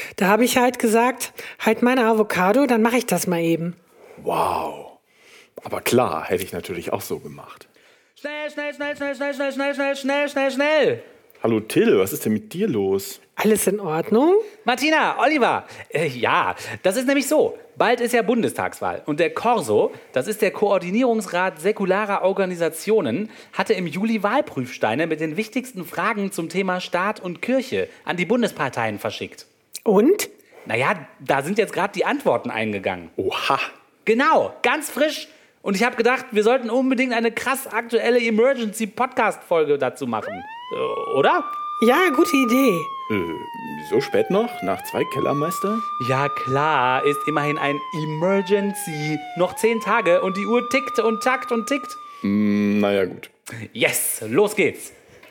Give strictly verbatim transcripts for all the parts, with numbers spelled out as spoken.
Da habe ich halt gesagt, halt meine Avocado, dann mache ich das mal eben. Wow. Aber klar, hätte ich natürlich auch so gemacht. Schnell, schnell, schnell, schnell, schnell, schnell, schnell, schnell, schnell, schnell, schnell. Hallo Till, was ist denn mit dir los? Alles in Ordnung? Martina, Oliver, äh, ja, das ist nämlich so. Bald ist ja Bundestagswahl und der Corso, das ist der Koordinierungsrat säkularer Organisationen, hatte im Juli Wahlprüfsteine mit den wichtigsten Fragen zum Thema Staat und Kirche an die Bundesparteien verschickt. Und? Naja, da sind jetzt gerade die Antworten eingegangen. Oha. Genau, ganz frisch. Und ich habe gedacht, wir sollten unbedingt eine krass aktuelle Emergency-Podcast-Folge dazu machen. Äh, oder? Ja, gute Idee. Äh, so spät noch? Nach zwei Kellermeister? Ja klar, ist immerhin ein Emergency. Noch zehn Tage und die Uhr tickt und takt und tickt. Mm, naja, gut. Yes, los geht's.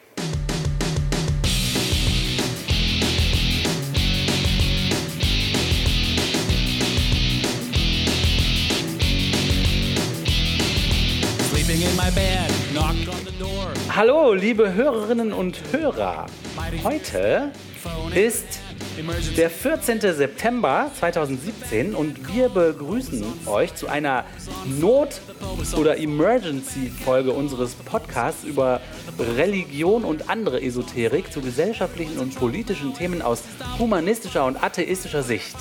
Hallo, liebe Hörerinnen und Hörer. Heute ist der vierzehnten September zweitausendsiebzehn und wir begrüßen euch zu einer Not- oder Emergency-Folge unseres Podcasts über Religion und andere Esoterik zu gesellschaftlichen und politischen Themen aus humanistischer und atheistischer Sicht.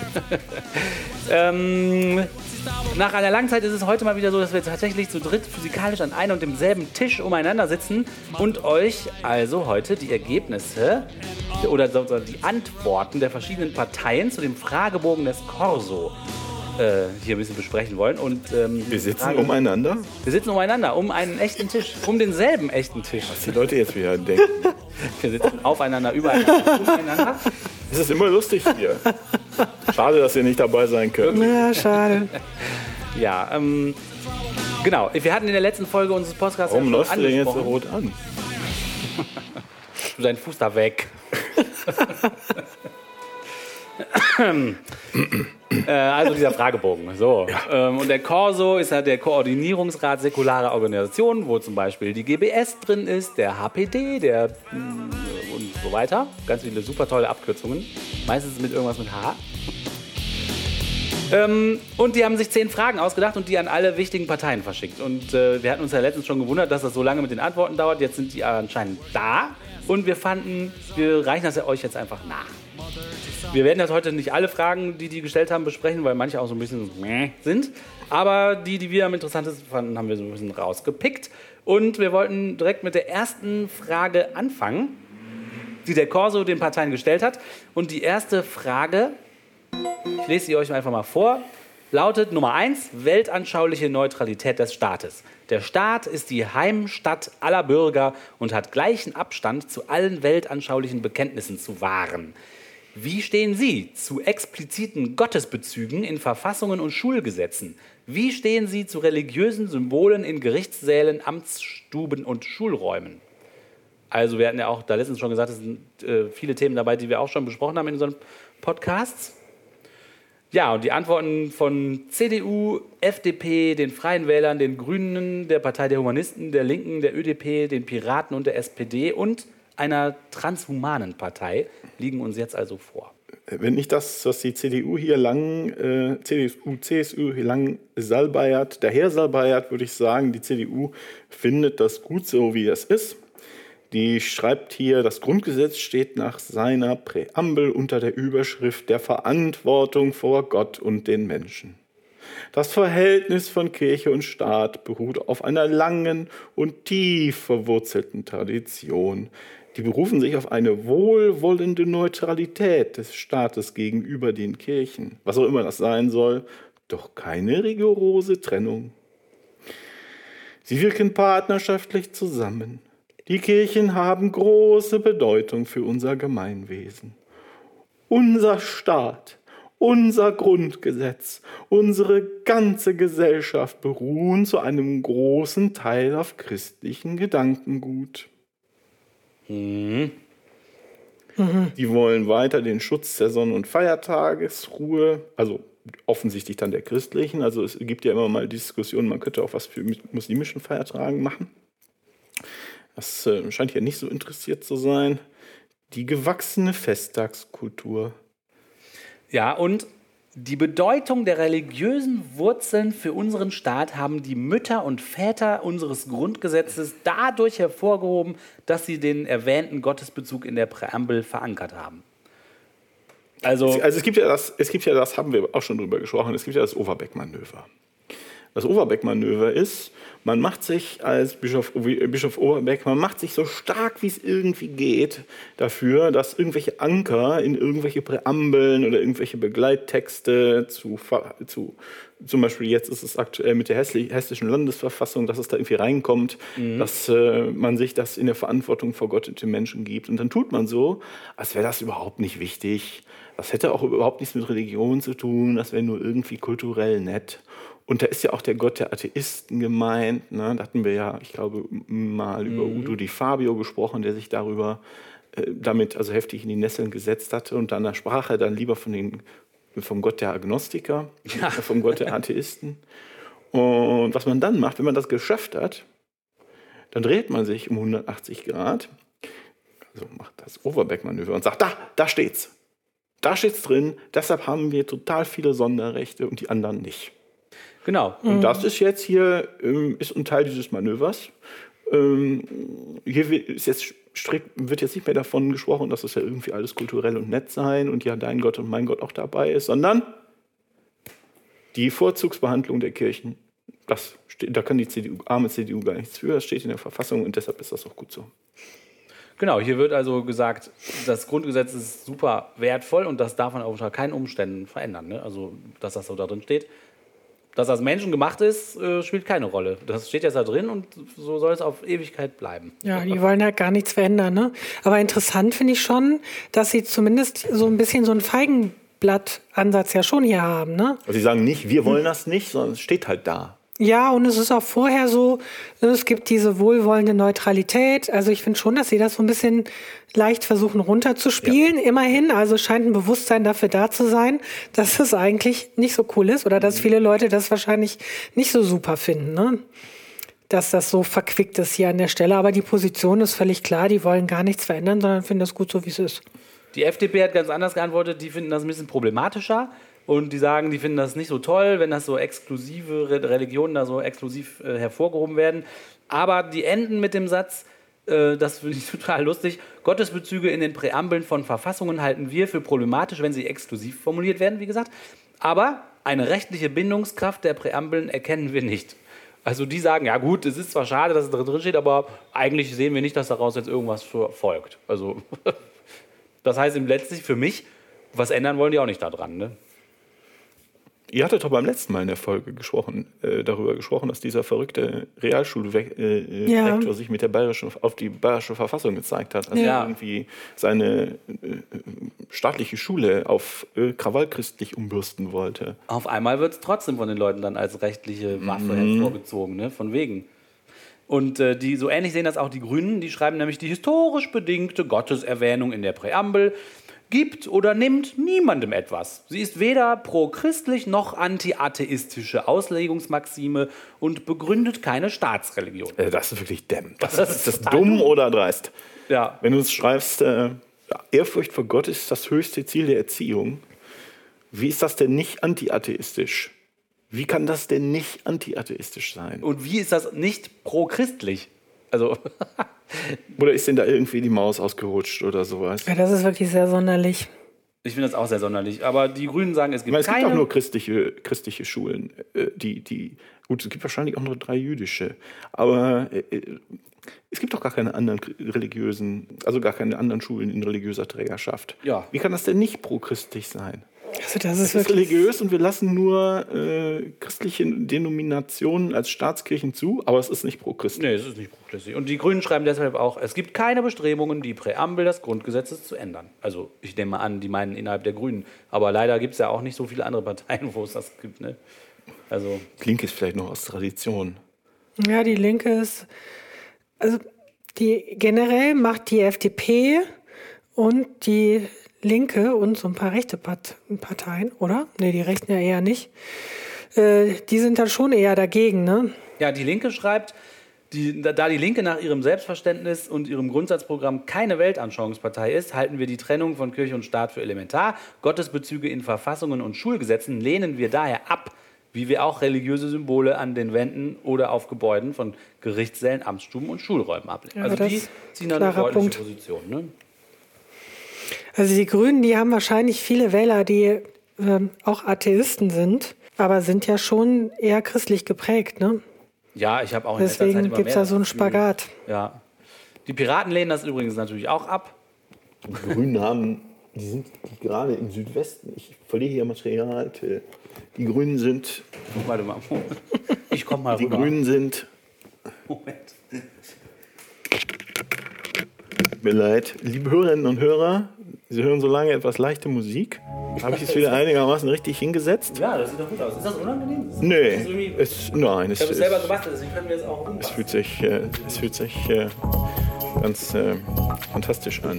ähm, nach einer langen Zeit ist es heute mal wieder so, dass wir tatsächlich zu dritt physikalisch an einem und demselben Tisch umeinander sitzen und euch also heute die Ergebnisse oder die Antworten der verschiedenen Parteien zu dem Fragebogen des Corso äh, hier ein bisschen besprechen wollen. Und, ähm, wir sitzen Frage, umeinander? Wir sitzen umeinander, um einen echten Tisch, um denselben echten Tisch. Was die Leute jetzt wieder denken. Wir sitzen aufeinander, übereinander, umeinander. Es ist immer lustig hier. Schade, dass ihr nicht dabei sein könnt. Ja, schade. Ja, ähm, genau. Wir hatten in der letzten Folge unseres Podcasts Warum ja läufst du denn jetzt so angesprochen. rot an? Du deinen Fuß da weg. äh, also dieser Fragebogen. So. Ja. Ähm, und der Corso ist ja der Koordinierungsrat säkularer Organisationen, wo zum Beispiel die G B S drin ist, der H P D, der mh, und so weiter. Ganz viele super tolle Abkürzungen. Meistens mit irgendwas mit H. Ähm, und die haben sich zehn Fragen ausgedacht und die an alle wichtigen Parteien verschickt. Und äh, wir hatten uns ja letztens schon gewundert, dass das so lange mit den Antworten dauert. Jetzt sind die anscheinend da. Und wir fanden, wir reichen das ja euch jetzt einfach nach. Wir werden jetzt heute nicht alle Fragen, die die gestellt haben, besprechen, weil manche auch so ein bisschen meh sind. Aber die, die wir am interessantesten fanden, haben wir so ein bisschen rausgepickt. Und wir wollten direkt mit der ersten Frage anfangen, die der Corso den Parteien gestellt hat. Und die erste Frage, ich lese sie euch einfach mal vor, lautet Nummer eins, weltanschauliche Neutralität des Staates. Der Staat ist die Heimstatt aller Bürger und hat gleichen Abstand zu allen weltanschaulichen Bekenntnissen zu wahren. Wie stehen Sie zu expliziten Gottesbezügen in Verfassungen und Schulgesetzen? Wie stehen Sie zu religiösen Symbolen in Gerichtssälen, Amtsstuben und Schulräumen? Also wir hatten ja auch da letztens schon gesagt, es sind äh, viele Themen dabei, die wir auch schon besprochen haben in unseren Podcasts. Ja, und die Antworten von C D U, F D P, den Freien Wählern, den Grünen, der Partei der Humanisten, der Linken, der Ö D P, den Piraten und der S P D und einer transhumanen Partei liegen uns jetzt also vor. Wenn nicht das, was die C D U hier lang, äh, C D U, C S U hier lang salbeiert, daher salbeiert, würde ich sagen, die C D U findet das gut so, wie es ist. Die schreibt hier, das Grundgesetz steht nach seiner Präambel unter der Überschrift der Verantwortung vor Gott und den Menschen. Das Verhältnis von Kirche und Staat beruht auf einer langen und tief verwurzelten Tradition. Die berufen sich auf eine wohlwollende Neutralität des Staates gegenüber den Kirchen, was auch immer das sein soll, doch keine rigorose Trennung. Sie wirken partnerschaftlich zusammen. Die Kirchen haben große Bedeutung für unser Gemeinwesen. Unser Staat, unser Grundgesetz, unsere ganze Gesellschaft beruhen zu einem großen Teil auf christlichen Gedankengut. Mhm. Die wollen weiter den Schutz der Sonn- und Feiertagesruhe, also offensichtlich dann der christlichen, also es gibt ja immer mal Diskussionen, man könnte auch was für muslimischen Feiertagen machen. Das äh, scheint hier nicht so interessiert zu sein. Die gewachsene Festtagskultur. Ja, und die Bedeutung der religiösen Wurzeln für unseren Staat haben die Mütter und Väter unseres Grundgesetzes dadurch hervorgehoben, dass sie den erwähnten Gottesbezug in der Präambel verankert haben. Also, also es gibt ja das, es gibt ja das, haben wir auch schon drüber gesprochen, es gibt ja das Overbeck-Manöver. Das Overbeck-Manöver ist, man macht sich als Bischof, Bischof Overbeck, man macht sich so stark, wie es irgendwie geht, dafür, dass irgendwelche Anker in irgendwelche Präambeln oder irgendwelche Begleittexte zu, zu zum Beispiel jetzt ist es aktuell mit der hessischen Landesverfassung, dass es da irgendwie reinkommt, mhm. dass äh, man sich das in der Verantwortung vor Gott und den Menschen gibt. Und dann tut man so, als wäre das überhaupt nicht wichtig. Das hätte auch überhaupt nichts mit Religion zu tun, das wäre nur irgendwie kulturell nett. Und da ist ja auch der Gott der Atheisten gemeint. Ne? Da hatten wir ja, ich glaube, mal über mhm. Udo Di Fabio gesprochen, der sich darüber äh, damit also heftig in die Nesseln gesetzt hatte. Und dann sprach er dann lieber von den, vom Gott der Agnostiker, ja. vom Gott der Atheisten. Und was man dann macht, wenn man das geschafft hat, dann dreht man sich um hundertachtzig Grad, also macht das Overbeck-Manöver und sagt, da, da steht's. Da steht's drin, deshalb haben wir total viele Sonderrechte und die anderen nicht. Genau. Und das ist jetzt hier, ähm, ist ein Teil dieses Manövers. Ähm, hier ist jetzt strikt, wird jetzt nicht mehr davon gesprochen, dass es ja irgendwie alles kulturell und nett sein und ja dein Gott und mein Gott auch dabei ist, sondern die Vorzugsbehandlung der Kirchen. Das steht, da kann die C D U, arme C D U gar nichts für, das steht in der Verfassung und deshalb ist das auch gut so. Genau, hier wird also gesagt, das Grundgesetz ist super wertvoll und das darf man unter keinen Umständen verändern. Ne? Also, dass das so da drin steht. Dass das menschengemacht ist, äh, spielt keine Rolle. Das steht jetzt da drin und so soll es auf Ewigkeit bleiben. Ja, die wollen halt gar nichts verändern. Ne? Aber interessant finde ich schon, dass sie zumindest so ein bisschen so einen Feigenblatt-Ansatz ja schon hier haben. Ne? Also sie sagen nicht, wir wollen das nicht, sondern es steht halt da. Ja, und es ist auch vorher so, es gibt diese wohlwollende Neutralität. Also ich finde schon, dass sie das so ein bisschen leicht versuchen runterzuspielen, ja. Immerhin. Also scheint ein Bewusstsein dafür da zu sein, dass es eigentlich nicht so cool ist oder dass viele Leute das wahrscheinlich nicht so super finden, ne? Dass das so verquickt ist hier an der Stelle. Aber die Position ist völlig klar, die wollen gar nichts verändern, sondern finden das gut so, wie es ist. Die F D P hat ganz anders geantwortet, die finden das ein bisschen problematischer. Und die sagen, die finden das nicht so toll, wenn das so exklusive Religionen da so exklusiv äh, hervorgehoben werden. Aber die enden mit dem Satz, äh, das finde ich total lustig, Gottesbezüge in den Präambeln von Verfassungen halten wir für problematisch, wenn sie exklusiv formuliert werden, wie gesagt. Aber eine rechtliche Bindungskraft der Präambeln erkennen wir nicht. Also die sagen, ja gut, es ist zwar schade, dass es drin steht, aber eigentlich sehen wir nicht, dass daraus jetzt irgendwas folgt. Also das heißt letztlich für mich, was ändern wollen die auch nicht daran, ne? Ihr hattet doch beim letzten Mal in der Folge gesprochen, äh, darüber gesprochen, dass dieser verrückte Realschulrektor äh, ja. sich mit der bayerischen, auf die bayerische Verfassung gezeigt hat. Also ja. irgendwie seine äh, staatliche Schule auf äh, krawallchristlich umbürsten wollte. Auf einmal wird es trotzdem von den Leuten dann als rechtliche Waffe mhm. hervorgezogen, ne? Von wegen. Und äh, die, so ähnlich sehen das auch die Grünen, die schreiben nämlich die historisch bedingte Gotteserwähnung in der Präambel gibt oder nimmt niemandem etwas. Sie ist weder pro-christlich noch anti-atheistische Auslegungsmaxime und begründet keine Staatsreligion. Äh, das ist wirklich dämm. Das, das ist das dumm oder dreist. Ja. Wenn du es schreibst, äh, Ehrfurcht vor Gott ist das höchste Ziel der Erziehung. Wie ist das denn nicht anti-atheistisch? Wie kann das denn nicht anti-atheistisch sein? Und wie ist das nicht pro-christlich? Also oder ist denn da irgendwie die Maus ausgerutscht oder sowas? Ja, das ist wirklich sehr sonderlich. Ich finde das auch sehr sonderlich. Aber die Grünen sagen, es gibt meine, es keine... Es gibt auch nur christliche, christliche Schulen. Die, die, gut, es gibt wahrscheinlich auch nur drei jüdische. Aber äh, es gibt doch gar keine anderen religiösen, also gar keine anderen Schulen in religiöser Trägerschaft. Ja. Wie kann das denn nicht pro-christlich sein? Also das ist, es ist religiös und wir lassen nur äh, christliche Denominationen als Staatskirchen zu, aber es ist nicht pro-christlich. Nee, es ist nicht pro-christlich. Und die Grünen schreiben deshalb auch, es gibt keine Bestrebungen, die Präambel des Grundgesetzes zu ändern. Also ich nehme mal an, die meinen innerhalb der Grünen. Aber leider gibt es ja auch nicht so viele andere Parteien, wo es das gibt. Ne? Also die Linke ist vielleicht noch aus Tradition. Ja, die Linke ist... Also die generell macht die F D P und die Linke und so ein paar rechte Parteien, oder? Nee, die Rechten ja eher nicht. Äh, die sind dann schon eher dagegen, ne? Ja, die Linke schreibt, Die, da die Linke nach ihrem Selbstverständnis und ihrem Grundsatzprogramm keine Weltanschauungspartei ist, halten wir die Trennung von Kirche und Staat für elementar. Gottesbezüge in Verfassungen und Schulgesetzen lehnen wir daher ab, wie wir auch religiöse Symbole an den Wänden oder auf Gebäuden von Gerichtssälen, Amtsstuben und Schulräumen ablehnen. Ja, also die ziehen da eine deutliche Punkt. Position. Ne? Also die Grünen, die haben wahrscheinlich viele Wähler, die ähm, auch Atheisten sind, aber sind ja schon eher christlich geprägt, ne? Ja, ich habe auch in letzter Zeit Deswegen immer gibt es mehr da so einen das Gefühl. Spagat. Ja. Die Piraten lehnen das übrigens natürlich auch ab. Die Grünen haben, die sind gerade im Südwesten, ich verliere hier Material, Till. Die Grünen sind, Warte mal. Ich komme mal die rüber. Grünen sind, Moment. tut mir leid, liebe Hörerinnen und Hörer, Sie hören so lange etwas leichte Musik. Habe ich es wieder einigermaßen richtig hingesetzt? Ja, das sieht doch gut aus. Ist das unangenehm? Nee, Das ist irgendwie- es, nein, es, Ich habe es selber es, gebastelt, deswegen können wir es auch es umbasteln. fühlt sich, äh, es fühlt sich äh, ganz äh, fantastisch an.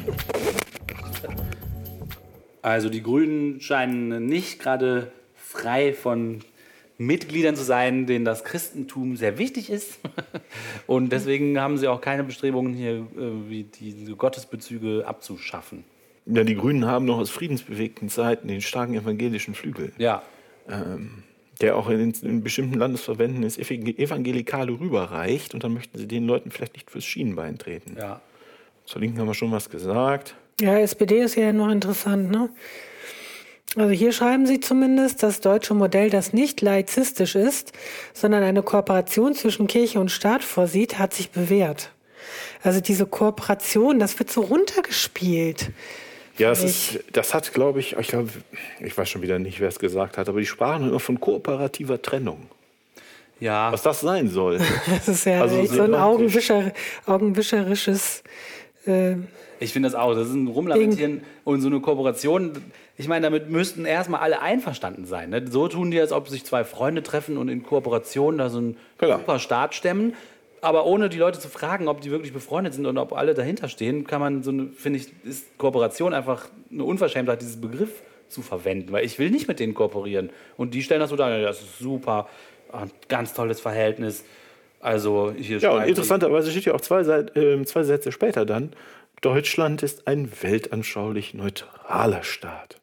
Also die Grünen scheinen nicht gerade frei von Mitgliedern zu sein, denen das Christentum sehr wichtig ist. Und deswegen haben sie auch keine Bestrebungen, hier äh, wie die Gottesbezüge abzuschaffen. Ja, die Grünen haben noch aus friedensbewegten Zeiten den starken evangelischen Flügel, Ja, ähm, der auch in, in bestimmten Landesverbänden ins Evangelikale rüberreicht. Und dann möchten sie den Leuten vielleicht nicht fürs Schienenbein treten. ja. Zur Linken haben wir schon was gesagt. Ja, S P D ist ja noch interessant, ne? Also hier schreiben sie zumindest, das deutsche Modell, das nicht laizistisch ist, sondern eine Kooperation zwischen Kirche und Staat vorsieht, hat sich bewährt. Also diese Kooperation, das wird so runtergespielt. Ja, es ist, das hat, glaube ich, ich glaube, ich weiß schon wieder nicht, wer es gesagt hat, aber die sprachen immer von kooperativer Trennung. Ja, Was das sein soll. Das ist ja Also echt so so ein praktisch. Augenwischer, augenwischerisches... Äh, ich finde das auch. Das ist ein Rumlamentieren und so eine Kooperation. Ich meine, damit müssten erstmal alle einverstanden sein. Ne? So tun die, als ob sich zwei Freunde treffen und in Kooperation da so einen Genau. super Staat stemmen. Aber ohne die Leute zu fragen, ob die wirklich befreundet sind und ob alle dahinter stehen, kann man so eine, finde ich, ist Kooperation einfach eine Unverschämtheit, diesen Begriff zu verwenden. Weil ich will nicht mit denen kooperieren. Und die stellen das so dar, ja, das ist super, ein ganz tolles Verhältnis. Also hier Ja, und schreiben interessanterweise steht ja auch zwei, Seit- äh, zwei Sätze später dann, Deutschland ist ein weltanschaulich neutraler Staat.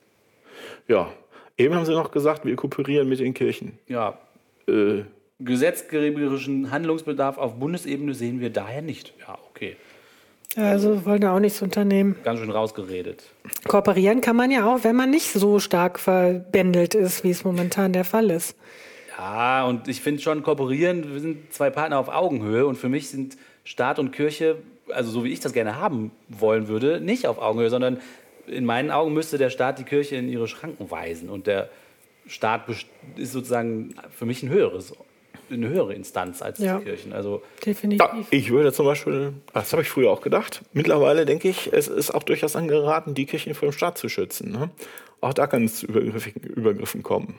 Ja, eben haben sie noch gesagt, wir kooperieren mit den Kirchen. die, ja, Äh, gesetzgeberischen Handlungsbedarf auf Bundesebene sehen wir daher nicht. Ja, okay. also wollen da auch nichts unternehmen. Ganz schön rausgeredet. Kooperieren kann man ja auch, wenn man nicht so stark verbändelt ist, wie es momentan der Fall ist. Ja, und ich finde schon, kooperieren, wir sind zwei Partner auf Augenhöhe und für mich sind Staat und Kirche, also so wie ich das gerne haben wollen würde, nicht auf Augenhöhe, sondern in meinen Augen müsste der Staat die Kirche in ihre Schranken weisen und der Staat best- ist sozusagen für mich ein höheres, eine höhere Instanz als Ja. die Kirchen. Also Definitiv. ja, ich würde zum Beispiel, das habe ich früher auch gedacht, mittlerweile denke ich, es ist auch durchaus angeraten, die Kirchen vor dem Staat zu schützen. Ne? Auch da kann es zu Übergriffen, Übergriffen kommen.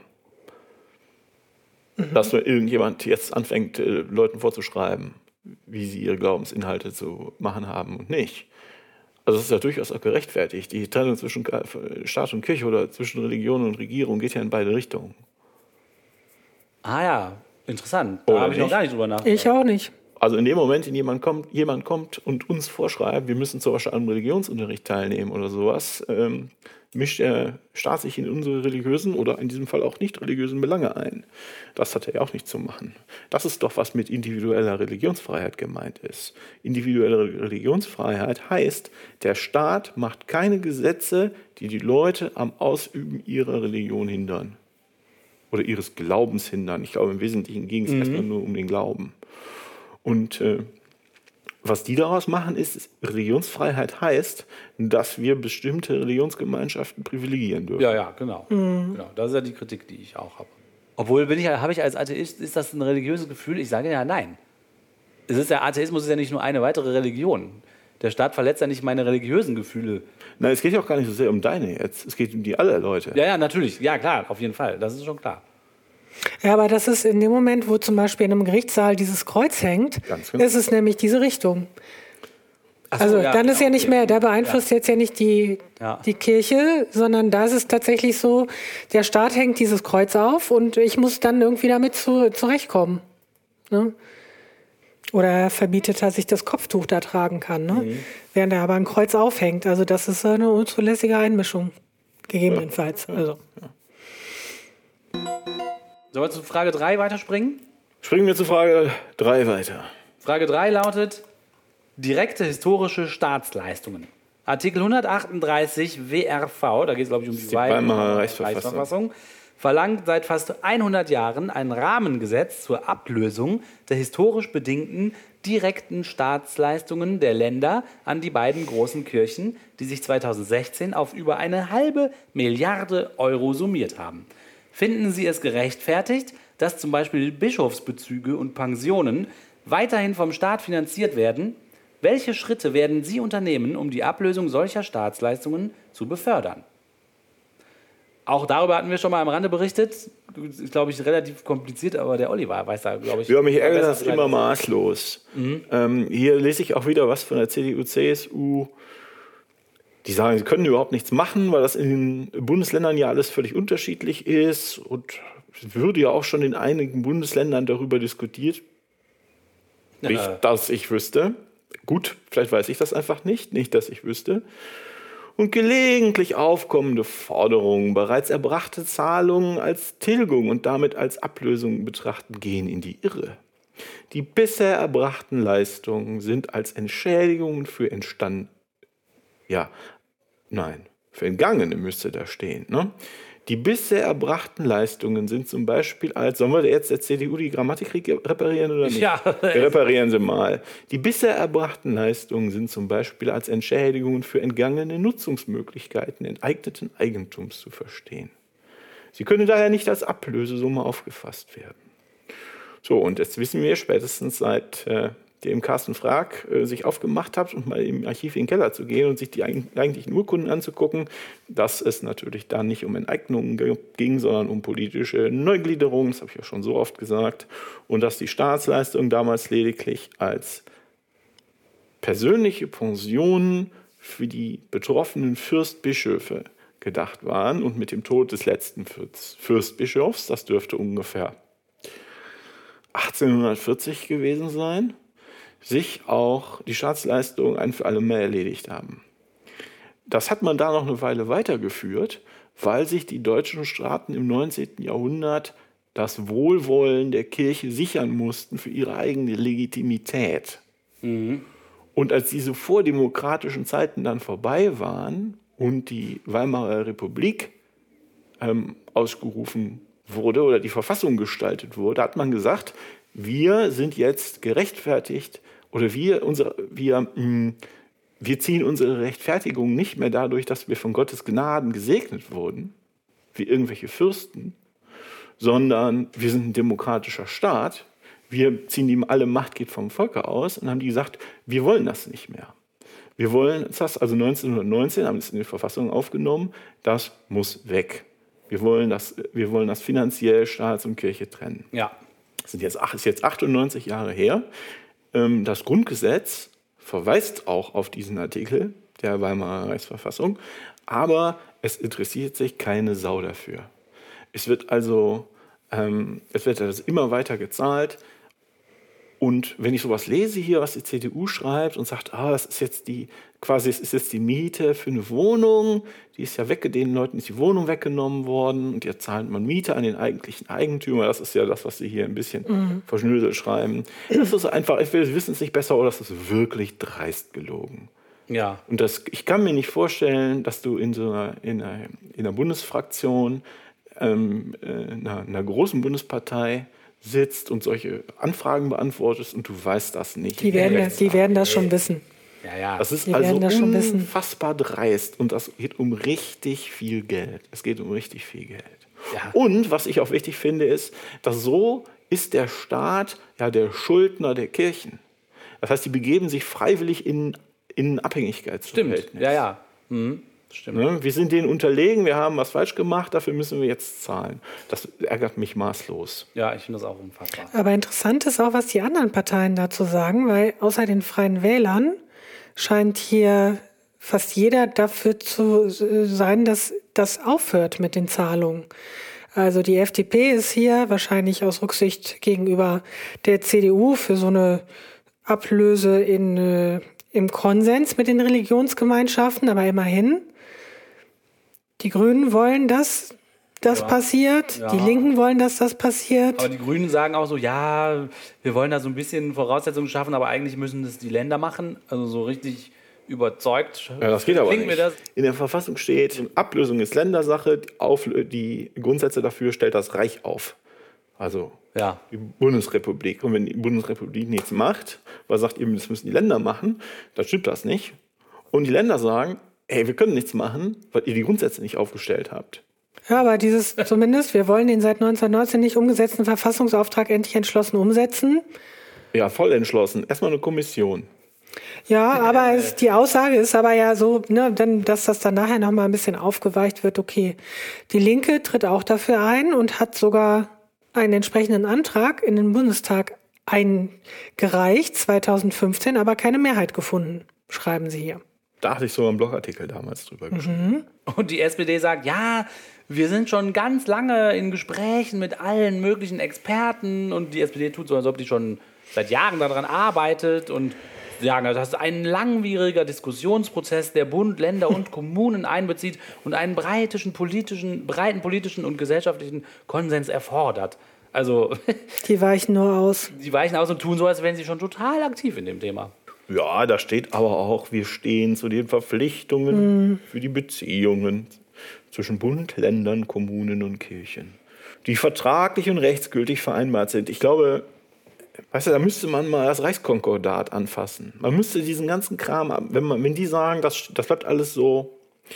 Mhm. Dass nur irgendjemand jetzt anfängt, äh, Leuten vorzuschreiben, wie sie ihre Glaubensinhalte zu machen haben und nicht. Also es ist ja durchaus auch gerechtfertigt. Die Trennung zwischen Staat und Kirche oder zwischen Religion und Regierung geht ja in beide Richtungen. Ah ja, interessant. Da Oder habe ich noch nicht? gar nicht drüber nachgedacht. Ich auch nicht. Also in dem Moment, in dem jemand kommt, jemand kommt und uns vorschreibt, wir müssen zum Beispiel am Religionsunterricht teilnehmen oder sowas, ähm, mischt der Staat sich in unsere religiösen oder in diesem Fall auch nicht religiösen Belange ein. Das hat er ja auch nicht zu machen. Das ist doch, was mit individueller Religionsfreiheit gemeint ist. Individuelle Religionsfreiheit heißt, der Staat macht keine Gesetze, die die Leute am Ausüben ihrer Religion hindern. Oder ihres Glaubens hindern. Ich glaube, im Wesentlichen ging es Mhm. erstmal nur um den Glauben. Und äh, was die daraus machen, ist, Religionsfreiheit heißt, dass wir bestimmte Religionsgemeinschaften privilegieren dürfen. Ja, ja, genau. genau. Das ist ja die Kritik, die ich auch habe. Obwohl, bin ich, habe ich als Atheist, ist das ein religiöses Gefühl? Ich sage ja nein. Es ist ja, Atheismus ist ja nicht nur eine weitere Religion. Der Staat verletzt ja nicht meine religiösen Gefühle. Nein, es geht ja auch gar nicht so sehr um deine jetzt. Es geht um die aller Leute. Ja, ja, natürlich. Ja, klar, auf jeden Fall. Das ist schon klar. Ja, aber das ist in dem Moment, wo zum Beispiel in einem Gerichtssaal dieses Kreuz hängt, Ganz genau. ist es nämlich diese Richtung. Ach so, Also ja, dann ist genau, ja nicht okay. mehr, da beeinflusst jetzt ja nicht die, Ja. die Kirche, sondern da ist es tatsächlich so, der Staat hängt dieses Kreuz auf und ich muss dann irgendwie damit zu, zurechtkommen. Ne? Oder verbietet, dass ich das Kopftuch da tragen kann, ne? Mhm. Während er aber ein Kreuz aufhängt. Also das ist eine unzulässige Einmischung, gegebenenfalls. Ja. Also. Sollen wir zu Frage drei weiterspringen? Springen wir zu Frage drei weiter. Frage drei lautet, direkte historische Staatsleistungen. Artikel hundertachtunddreißig W R V, da geht es, glaube ich, um die, die Weimarer Reichsverfassung. Reichsverfassung, verlangt seit fast hundert Jahren ein Rahmengesetz zur Ablösung der historisch bedingten direkten Staatsleistungen der Länder an die beiden großen Kirchen, die sich zweitausendsechzehn auf über eine halbe Milliarde Euro summiert haben. Finden Sie es gerechtfertigt, dass zum Beispiel Bischofsbezüge und Pensionen weiterhin vom Staat finanziert werden? Welche Schritte werden Sie unternehmen, um die Ablösung solcher Staatsleistungen zu befördern? Auch darüber hatten wir schon mal am Rande berichtet. Ist, glaube ich, relativ kompliziert, aber der Oliver weiß da, glaube ich. Ja, mich ärgert das immer maßlos. Mhm. Ähm, hier lese ich auch wieder was von der C D U, C S U. Die sagen, sie können überhaupt nichts machen, weil das in den Bundesländern ja alles völlig unterschiedlich ist. Und es würde ja auch schon in einigen Bundesländern darüber diskutiert. Ja. Nicht, dass ich wüsste. Gut, vielleicht weiß ich das einfach nicht. Nicht, dass ich wüsste. Und gelegentlich aufkommende Forderungen, bereits erbrachte Zahlungen als Tilgung und damit als Ablösung betrachten, gehen in die Irre. Die bisher erbrachten Leistungen sind als Entschädigungen für entstanden, ja, nein, für Entgangene müsste da stehen, ne? Die bisher erbrachten Leistungen sind zum Beispiel als, sollen wir jetzt der C D U die Grammatik reparieren oder nicht? Ja. Reparieren Sie mal. Die bisher erbrachten Leistungen sind zum Beispiel als Entschädigungen für entgangene Nutzungsmöglichkeiten enteigneten Eigentums zu verstehen. Sie können daher nicht als Ablösesumme aufgefasst werden. So, und jetzt wissen wir spätestens seit äh, dem Carsten Frag äh, sich aufgemacht hat, um mal im Archiv in den Keller zu gehen und sich die eigentlichen Urkunden anzugucken, dass es natürlich da nicht um Enteignungen ging, sondern um politische Neugliederung, das habe ich ja schon so oft gesagt, und dass die Staatsleistungen damals lediglich als persönliche Pensionen für die betroffenen Fürstbischöfe gedacht waren und mit dem Tod des letzten Fürstbischofs, das dürfte ungefähr achtzehnhundertvierzig gewesen sein, sich auch die Staatsleistungen ein für alle Mal erledigt haben. Das hat man da noch eine Weile weitergeführt, weil sich die deutschen Staaten im neunzehnten Jahrhundert das Wohlwollen der Kirche sichern mussten für ihre eigene Legitimität. Mhm. Und als diese vordemokratischen Zeiten dann vorbei waren und die Weimarer Republik ähm, ausgerufen wurde oder die Verfassung gestaltet wurde, hat man gesagt, wir sind jetzt gerechtfertigt oder wir, unsere, wir, mh, wir ziehen unsere Rechtfertigung nicht mehr dadurch, dass wir von Gottes Gnaden gesegnet wurden, wie irgendwelche Fürsten, sondern wir sind ein demokratischer Staat. Wir ziehen ihm alle Macht geht vom Volke aus und haben die gesagt, wir wollen das nicht mehr. Wir wollen das, also neunzehnhundertneunzehn haben es in die Verfassung aufgenommen, das muss weg. Wir wollen das, wir wollen das finanziell Staat und Kirche trennen. Ja. Das sind jetzt, ist jetzt achtundneunzig Jahre her. Das Grundgesetz verweist auch auf diesen Artikel der Weimarer Reichsverfassung, aber es interessiert sich keine Sau dafür. Es wird also, ähm, es wird also immer weiter gezahlt. Und wenn ich sowas lese hier, was die C D U schreibt und sagt, ah, das ist jetzt die, quasi, es ist jetzt die Miete für eine Wohnung, die ist ja weg, den Leuten ist die Wohnung weggenommen worden und jetzt zahlt man Miete an den eigentlichen Eigentümer. Das ist ja das, was sie hier ein bisschen mhm. verschnöselt schreiben. Das ist einfach, ich will, wissen es nicht besser, oder das ist wirklich dreist gelogen. Ja. Und das, ich kann mir nicht vorstellen, dass du in so einer, in einer, in einer Bundesfraktion, ähm, einer, einer großen Bundespartei sitzt und solche Anfragen beantwortest und du weißt das nicht. Die werden, das, die werden das schon wissen. Ja, ja. Das ist die also das schon unfassbar dreist und das geht um richtig viel Geld. Es geht um richtig viel Geld. Ja. Und was ich auch wichtig finde, ist, dass so ist der Staat ja der Schuldner der Kirchen. Das heißt, die begeben sich freiwillig in, in Abhängigkeitsverhältnis. Stimmt, ja, ja. Mhm. Stimmt. Ne? Wir sind denen unterlegen, wir haben was falsch gemacht, dafür müssen wir jetzt zahlen. Das ärgert mich maßlos. Ja, ich finde das auch unfassbar. Aber interessant ist auch, was die anderen Parteien dazu sagen, weil außer den Freien Wählern scheint hier fast jeder dafür zu sein, dass das aufhört mit den Zahlungen. Also die F D P ist hier wahrscheinlich aus Rücksicht gegenüber der C D U für so eine Ablöse in, äh, im Konsens mit den Religionsgemeinschaften, aber immerhin. Die Grünen wollen, dass das Ja. passiert. Ja. Die Linken wollen, dass das passiert. Aber die Grünen sagen auch so, ja, wir wollen da so ein bisschen Voraussetzungen schaffen, aber eigentlich müssen das die Länder machen. Also so richtig überzeugt. Ja, das geht aber klingt nicht. Mir das. In der Verfassung steht, Ablösung ist Ländersache, die, Auflö- die Grundsätze dafür stellt das Reich auf. Also Ja. die Bundesrepublik. Und wenn die Bundesrepublik nichts macht, weil sagt ihr, das müssen die Länder machen, dann stimmt das nicht. Und die Länder sagen, hey, wir können nichts machen, weil ihr die Grundsätze nicht aufgestellt habt. Ja, aber dieses zumindest, wir wollen den seit neunzehnhundertneunzehn nicht umgesetzten Verfassungsauftrag endlich entschlossen umsetzen. Ja, voll entschlossen. Erstmal eine Kommission. Ja, aber es, die Aussage ist aber ja so, ne, dann, dass das dann nachher noch mal ein bisschen aufgeweicht wird, okay. Die Linke tritt auch dafür ein und hat sogar einen entsprechenden Antrag in den Bundestag eingereicht, zweitausendfünfzehn, aber keine Mehrheit gefunden, schreiben sie hier. Da hatte ich sogar einen Blogartikel damals drüber geschrieben. Und die S P D sagt, ja, wir sind schon ganz lange in Gesprächen mit allen möglichen Experten. Und die S P D tut so, als ob die schon seit Jahren daran arbeitet und sagen, das ist ein langwieriger Diskussionsprozess, der Bund, Länder und Kommunen einbezieht und einen breiten politischen, breiten politischen und gesellschaftlichen Konsens erfordert. Also, Die weichen nur aus. die weichen aus und tun so, als wären sie schon total aktiv in dem Thema. Ja, da steht aber auch, wir stehen zu den Verpflichtungen mhm. für die Beziehungen zwischen Bund, Ländern, Kommunen und Kirchen, die vertraglich und rechtsgültig vereinbart sind. Ich glaube, weißt du, da müsste man mal das Reichskonkordat anfassen. Man müsste diesen ganzen Kram, wenn, man, wenn die sagen, das, das bleibt alles so,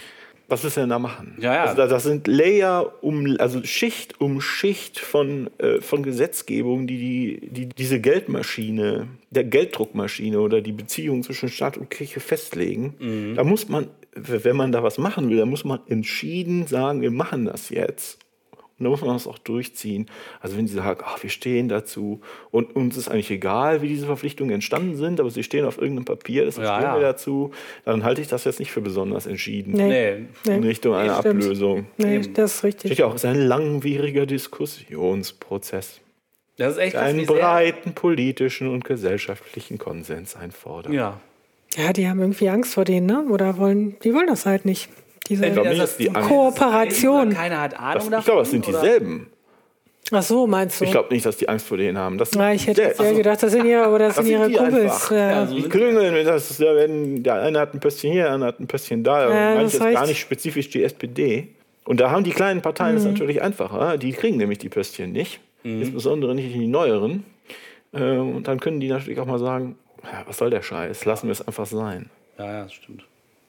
was willst du denn da machen? Ja, ja. Also das sind Layer um, also Schicht um Schicht von, äh, von Gesetzgebung, die, die, die diese Geldmaschine, der Gelddruckmaschine oder die Beziehung zwischen Staat und Kirche festlegen. Mhm. Da muss man, wenn man da was machen will, da muss man entschieden sagen, wir machen das jetzt. Und da muss man das auch durchziehen. Also wenn sie sagen, ach, wir stehen dazu und uns ist eigentlich egal, wie diese Verpflichtungen entstanden sind, aber sie stehen auf irgendeinem Papier, deshalb Ja, stehen ja. wir dazu, dann halte ich das jetzt nicht für besonders entschieden. Nee. In Richtung einer stimmt. Ablösung. Nee, das ist richtig. Steht ja auch, es ist ein langwieriger Diskussionsprozess, Das ist echt der krass, einen wie sehr- breiten politischen und gesellschaftlichen Konsens einfordert. Ja. Ja, die haben irgendwie Angst vor denen, ne? Oder wollen, die wollen das halt nicht. Diese Ich glaube nicht, Das dass die ist Angst. Kooperation. Oder keiner hat Ahnung Das, davon. ich glaube, das sind oder? dieselben. Ach so, meinst du? Ich glaube nicht, dass die Angst vor denen haben. Das sind Na, ich hätte jetzt dieselben. eher gedacht, das sind ihre, oder das Das sind sind ihre die Kumpels. einfach. Ja. Ja, so Die sind Klüngeln, das ist, da werden, der eine hat ein Pöstchen hier, der andere hat ein Pöstchen da. Da Ja, meine ich das jetzt reicht. gar nicht spezifisch die S P D. Und da haben die kleinen Parteien es Mhm. natürlich einfacher. Die kriegen nämlich die Pöstchen nicht. Insbesondere nicht die neueren. Äh, Und dann können die natürlich auch mal sagen, ja, was soll der Scheiß? Lassen wir es einfach sein. Ja, ja, das stimmt.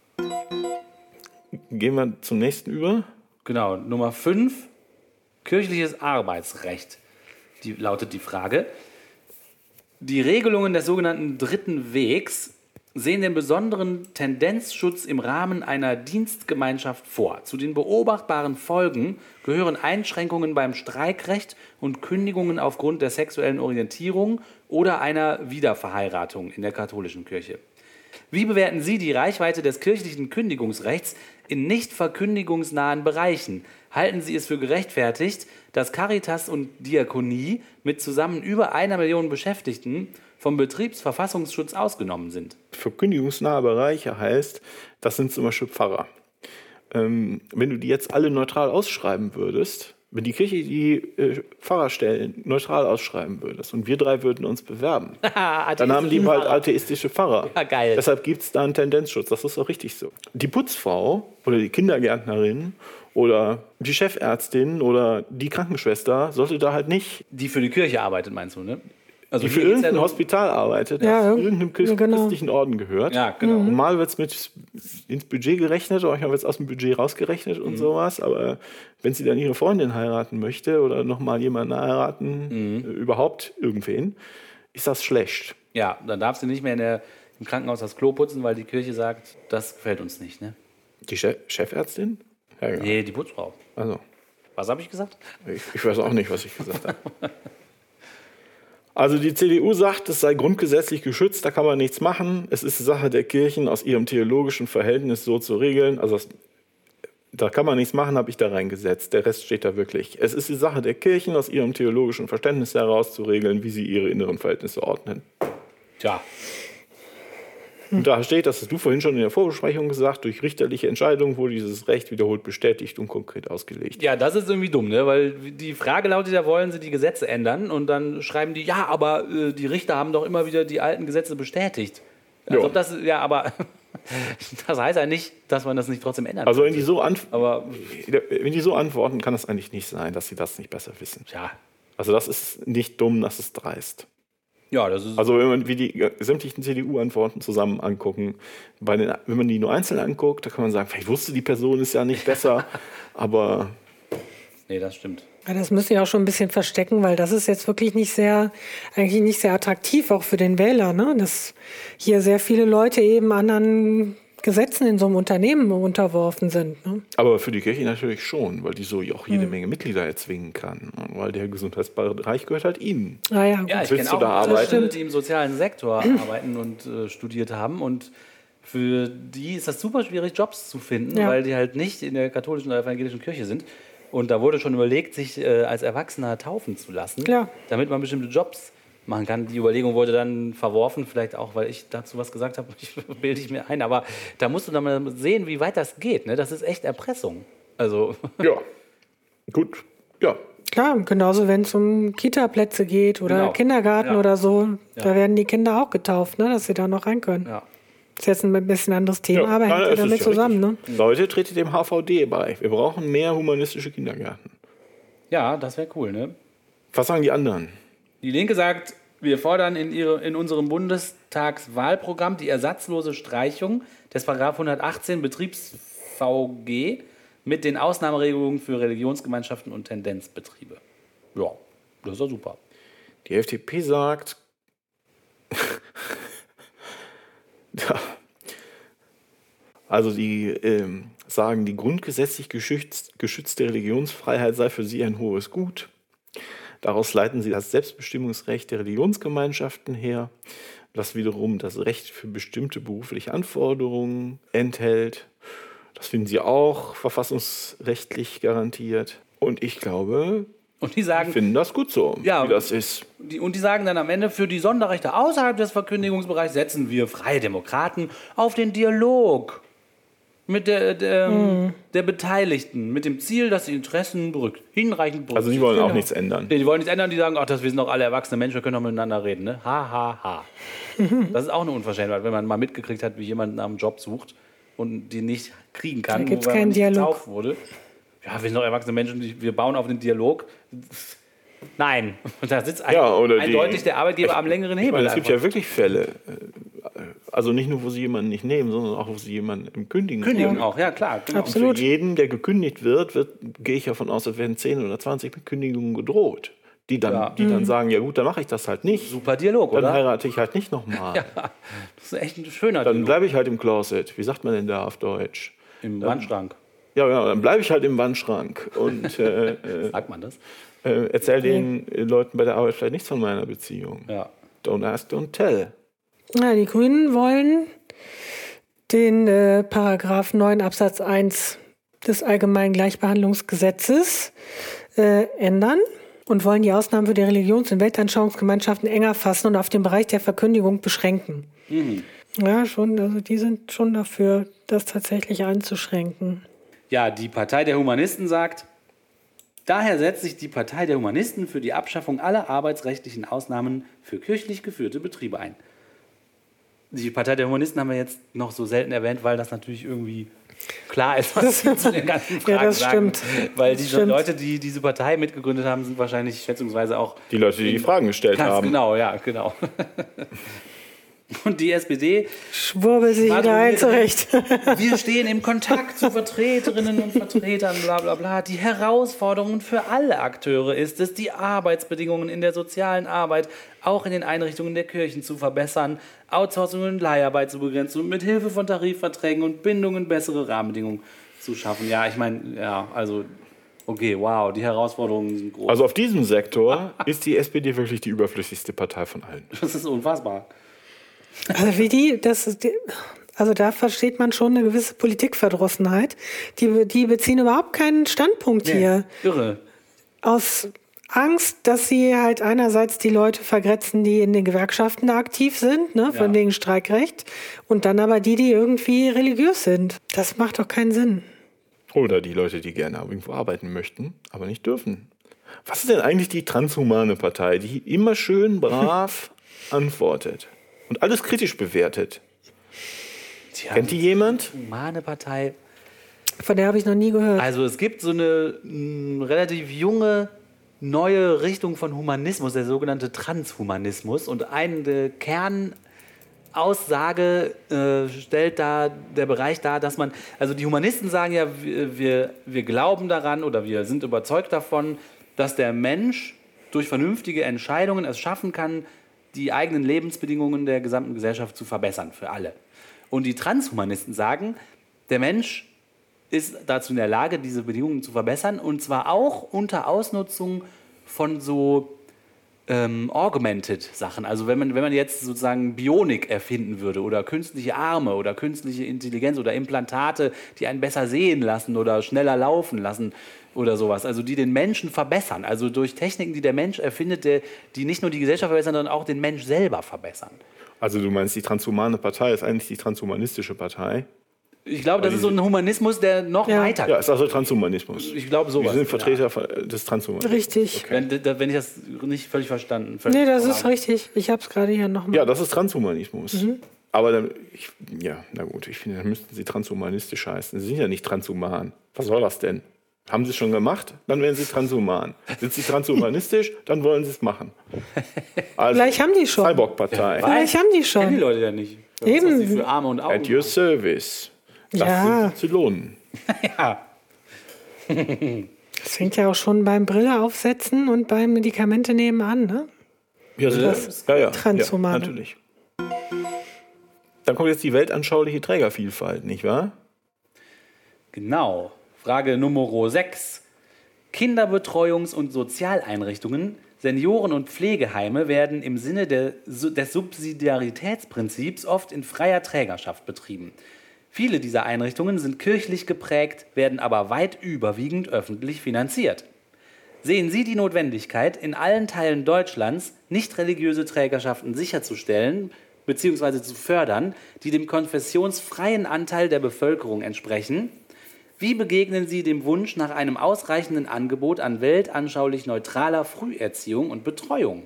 Gehen wir zum nächsten über. Genau, Nummer fünf, kirchliches Arbeitsrecht. Die lautet die Frage. Die Regelungen des sogenannten Dritten Wegs sehen den besonderen Tendenzschutz im Rahmen einer Dienstgemeinschaft vor. Zu den beobachtbaren Folgen gehören Einschränkungen beim Streikrecht und Kündigungen aufgrund der sexuellen Orientierung oder einer Wiederverheiratung in der katholischen Kirche. Wie bewerten Sie die Reichweite des kirchlichen Kündigungsrechts in nicht verkündigungsnahen Bereichen? Halten Sie es für gerechtfertigt, dass Caritas und Diakonie mit zusammen über einer Million Beschäftigten vom Betriebsverfassungsschutz ausgenommen sind? Verkündigungsnahe Bereiche heißt, das sind zum Beispiel Pfarrer. Ähm, wenn du die jetzt alle neutral ausschreiben würdest, wenn die Kirche die äh, Pfarrerstellen neutral ausschreiben würdest und wir drei würden uns bewerben, dann haben die bald atheistische Pfarrer. Ja, geil. Deshalb gibt es da einen Tendenzschutz. Das ist auch richtig so. Die Putzfrau oder die Kindergärtnerin oder die Chefärztin oder die Krankenschwester sollte da halt nicht, Die für die Kirche arbeitet, meinst du, ne? Also die für hier geht's irgendein ja so- Hospital arbeitet, Ja, der ja, zu irgendeinem christ- genau. christlichen Orden gehört. Ja, genau. Und mal wird es mit ins Budget gerechnet, oder manchmal wird es aus dem Budget rausgerechnet und sowas. Aber wenn sie dann ihre Freundin heiraten möchte oder nochmal jemanden heiraten, äh, überhaupt irgendwen, ist das schlecht. Ja, dann darf sie nicht mehr in der, im Krankenhaus das Klo putzen, weil die Kirche sagt, das gefällt uns nicht, ne? Die Che- Chefärztin? Ja, ja. Nee, die Putzfrau. Also, Was habe ich gesagt? ich, ich weiß auch nicht, was ich gesagt habe. Also die C D U sagt, es sei grundgesetzlich geschützt, da kann man nichts machen. Es ist Sache der Kirchen, aus ihrem theologischen Verhältnis so zu regeln. Also das, da kann man nichts machen, habe ich da reingesetzt. Der Rest steht da wirklich. Es ist die Sache der Kirchen, aus ihrem theologischen Verständnis heraus zu regeln, wie sie ihre inneren Verhältnisse ordnen. Tja. Und da steht, das hast du vorhin schon in der Vorbesprechung gesagt, durch richterliche Entscheidung wurde dieses Recht wiederholt bestätigt und konkret ausgelegt. Ja, das ist irgendwie dumm, ne? Weil die Frage lautet ja, wollen sie die Gesetze ändern? Und dann schreiben die, ja, aber äh, die Richter haben doch immer wieder die alten Gesetze bestätigt. Als Ja. ob das, ja, aber das heißt ja nicht, dass man das nicht trotzdem ändern Also wenn könnte. die, so antw- Aber, wenn die so antworten, kann es eigentlich nicht sein, dass sie das nicht besser wissen. ja, Also das ist nicht dumm, das ist dreist. ja, das ist... Also wenn man wie die äh, sämtlichen C D U-Antworten zusammen angucken, bei den, wenn man die nur einzeln anguckt, da kann man sagen, vielleicht wusste die Person es ja nicht besser, aber nee, das stimmt. Ja, das müssen ja auch schon ein bisschen verstecken, weil das ist jetzt wirklich nicht sehr, eigentlich nicht sehr attraktiv, auch für den Wähler, ne? Dass hier sehr viele Leute eben anderen Gesetzen in so einem Unternehmen unterworfen sind. Ne? aber für die Kirche natürlich schon, weil die so auch jede Menge Mitglieder erzwingen kann. Weil der Gesundheitsbereich gehört halt ihnen. Ah ja, gut. Ja, ich Willst kenne du auch da Leute, arbeiten? die im sozialen Sektor arbeiten und äh, studiert haben. Und für die ist das super schwierig, Jobs zu finden, Ja. weil die halt nicht in der katholischen oder evangelischen Kirche sind. Und da wurde schon überlegt, sich äh, als Erwachsener taufen zu lassen, Klar. damit man bestimmte Jobs machen kann. Die Überlegung wurde dann verworfen, vielleicht auch, weil ich dazu was gesagt habe, ich, bilde ich mir ein. Aber da musst du dann mal sehen, wie weit das geht. Ne? Das ist echt Erpressung. Also, Ja, gut, ja. Klar, genauso wenn es um Kita-Plätze geht oder Genau. Kindergarten Ja. oder so, Ja. da werden die Kinder auch getauft, ne, dass sie da noch rein können. ja. Das ist jetzt ein bisschen anderes Thema, ja. aber Nein, hängt ja es ist damit ja zusammen. Ne? richtig. Leute, tretet dem H V D bei. Wir brauchen mehr humanistische Kindergärten. Ja, das wäre cool, ne? Was sagen die anderen? Die Linke sagt, wir fordern in, ihre, in unserem Bundestagswahlprogramm die ersatzlose Streichung des Paragraph hundertachtzehn Betriebs-V G mit den Ausnahmeregelungen für Religionsgemeinschaften und Tendenzbetriebe. Ja, das ist doch super. Die F D P sagt, ja, also die ähm, sagen, die grundgesetzlich geschützt, geschützte Religionsfreiheit sei für sie ein hohes Gut. Daraus leiten sie das Selbstbestimmungsrecht der Religionsgemeinschaften her, das wiederum das Recht für bestimmte berufliche Anforderungen enthält. Das finden sie auch verfassungsrechtlich garantiert. Und ich glaube, Und die wir sagen, finden das gut so, Ja. wie das ist. die, und die sagen dann am Ende, für die Sonderrechte außerhalb des Verkündigungsbereichs setzen wir Freie Demokraten auf den Dialog mit der, der, Mhm. der Beteiligten, mit dem Ziel, dass die Interessen berück- hinreichend berücksichtigt. Also die wollen auch Genau. nichts ändern. Nee, die wollen nichts ändern, die sagen, ach, das, wir sind doch alle erwachsene Menschen, wir können doch miteinander reden. Ne? Ha, ha, ha. Das ist auch eine Unverschämtheit, wenn man mal mitgekriegt hat, wie jemand nach einem Job sucht und die nicht kriegen kann, Da gibt's weil man keinen nicht Dialog. getauft wurde. Ja, wir sind doch erwachsene Menschen, die- wir bauen auf den Dialog. Nein, und da sitzt ein, Ja, oder die- eindeutig der Arbeitgeber am längeren Ich Hebel. meine, es gibt einfach. ja wirklich Fälle, äh, also nicht nur, wo sie jemanden nicht nehmen, sondern auch, wo sie jemanden im Kündigen Kündigung nehmen. auch, ja klar. Genau. Absolut. Für jeden, der gekündigt wird, wird, gehe ich davon aus, es werden zehn oder zwanzig mit Kündigungen gedroht. Die dann, Ja. die dann sagen, ja gut, dann mache ich das halt nicht. Super Dialog, Dann oder? heirate ich halt nicht nochmal. Ja, das ist echt ein schöner Dann Dialog. bleibe ich halt im Closet. Wie sagt man denn da auf Deutsch? Im Wandschrank. Ja, ja, dann bleibe ich halt im Wandschrank und äh, äh, Sagt man das? äh, erzähle den äh, Leuten bei der Arbeit vielleicht nichts von meiner Beziehung. Ja. Don't ask, don't tell. Ja, die Grünen wollen den äh, Paragraph neun Absatz eins des Allgemeinen Gleichbehandlungsgesetzes äh, ändern und wollen die Ausnahmen für die Religions- und Weltanschauungsgemeinschaften enger fassen und auf den Bereich der Verkündigung beschränken. Mhm. Ja, schon, also die sind schon dafür, das tatsächlich einzuschränken. Ja, die Partei der Humanisten sagt, daher setzt sich die Partei der Humanisten für die Abschaffung aller arbeitsrechtlichen Ausnahmen für kirchlich geführte Betriebe ein. Die Partei der Humanisten haben wir jetzt noch so selten erwähnt, weil das natürlich irgendwie klar ist, was sie zu den ganzen Fragen Ja, das sagen. stimmt. Weil Das diese stimmt. Leute, die diese Partei mitgegründet haben, sind wahrscheinlich schätzungsweise auch Die Leute, die die Fragen gestellt ganz haben. genau, ja, genau. Und die S P D, Schwurbel sich wieder ein zurecht. wir stehen im Kontakt zu Vertreterinnen und Vertretern, bla bla bla. Die Herausforderung für alle Akteure ist es, die Arbeitsbedingungen in der sozialen Arbeit auch in den Einrichtungen der Kirchen zu verbessern, Outsourcing und Leiharbeit zu begrenzen und mit Hilfe von Tarifverträgen und Bindungen bessere Rahmenbedingungen zu schaffen. Ja, ich meine, ja, also, okay, wow, die Herausforderungen sind groß. Also auf diesem Sektor ist die S P D wirklich die überflüssigste Partei von allen. Das ist unfassbar. Also wie die, das ist die, also da versteht man schon eine gewisse Politikverdrossenheit. Die, die beziehen überhaupt keinen Standpunkt hier. Irre. Aus Angst, dass sie halt einerseits die Leute vergrätzen, die in den Gewerkschaften aktiv sind, ne, von Ja. wegen Streikrecht, und dann aber die, die irgendwie religiös sind. Das macht doch keinen Sinn. Oder die Leute, die gerne irgendwo arbeiten möchten, aber nicht dürfen. Was ist denn eigentlich die transhumane Partei, die immer schön brav antwortet und alles kritisch bewertet? Tja, Kennt die jemand? Humane Partei. Von der habe ich noch nie gehört. Also es gibt so eine mh, relativ junge, neue Richtung von Humanismus, der sogenannte Transhumanismus. Und eine Kernaussage äh, stellt da der Bereich dar, dass man, also die Humanisten sagen ja, wir, wir, wir glauben daran oder wir sind überzeugt davon, dass der Mensch durch vernünftige Entscheidungen es schaffen kann, die eigenen Lebensbedingungen der gesamten Gesellschaft zu verbessern, für alle. Und die Transhumanisten sagen, der Mensch ist dazu in der Lage, diese Bedingungen zu verbessern, und zwar auch unter Ausnutzung von so ähm, augmented Sachen. Also wenn man, wenn man jetzt sozusagen Bionik erfinden würde oder künstliche Arme oder künstliche Intelligenz oder Implantate, die einen besser sehen lassen oder schneller laufen lassen oder sowas, also die den Menschen verbessern, also durch Techniken, die der Mensch erfindet, der, die nicht nur die Gesellschaft verbessern, sondern auch den Mensch selber verbessern. Also du meinst, die transhumane Partei ist eigentlich die transhumanistische Partei? Ich glaube, das ist so ein Humanismus, der noch Ja. weiter Ja, ist also Transhumanismus. Ich glaube, sowas. Die sind Vertreter des Transhumanismus. Richtig. Wenn, da- wenn ich das nicht völlig verstanden völlig Nee, das ist verstanden richtig. Ich habe es gerade hier nochmal. Ja, das ist Transhumanismus. Aber dann, ich, ja, na gut, ich finde, dann müssten sie transhumanistisch heißen. Sie sind ja nicht transhuman. Was soll das denn? Haben sie es schon gemacht? Dann werden sie transhuman. Sind sie transhumanistisch? Dann wollen sie es machen. Also, Vielleicht haben die schon. Cyborg-Partei. Vielleicht haben die habe. Kennen die schon. Leute ja nicht. Eben. Was die für Arme und Augen At your service. Das Ja. sind zu lohnen. Ja. Das fängt ja auch schon beim Brille aufsetzen und beim Medikamente nehmen an, ne? Ja, das ja, ja, Transhumane. ja, natürlich. Dann kommt jetzt die weltanschauliche Trägervielfalt, nicht wahr? Genau. Frage Nummer sechs. Kinderbetreuungs- und Sozialeinrichtungen, Senioren- und Pflegeheime werden im Sinne der, des Subsidiaritätsprinzips oft in freier Trägerschaft betrieben. Viele dieser Einrichtungen sind kirchlich geprägt, werden aber weit überwiegend öffentlich finanziert. Sehen Sie die Notwendigkeit, in allen Teilen Deutschlands nicht religiöse Trägerschaften sicherzustellen bzw. zu fördern, die dem konfessionsfreien Anteil der Bevölkerung entsprechen? Wie begegnen Sie dem Wunsch nach einem ausreichenden Angebot an weltanschaulich neutraler Früherziehung und Betreuung?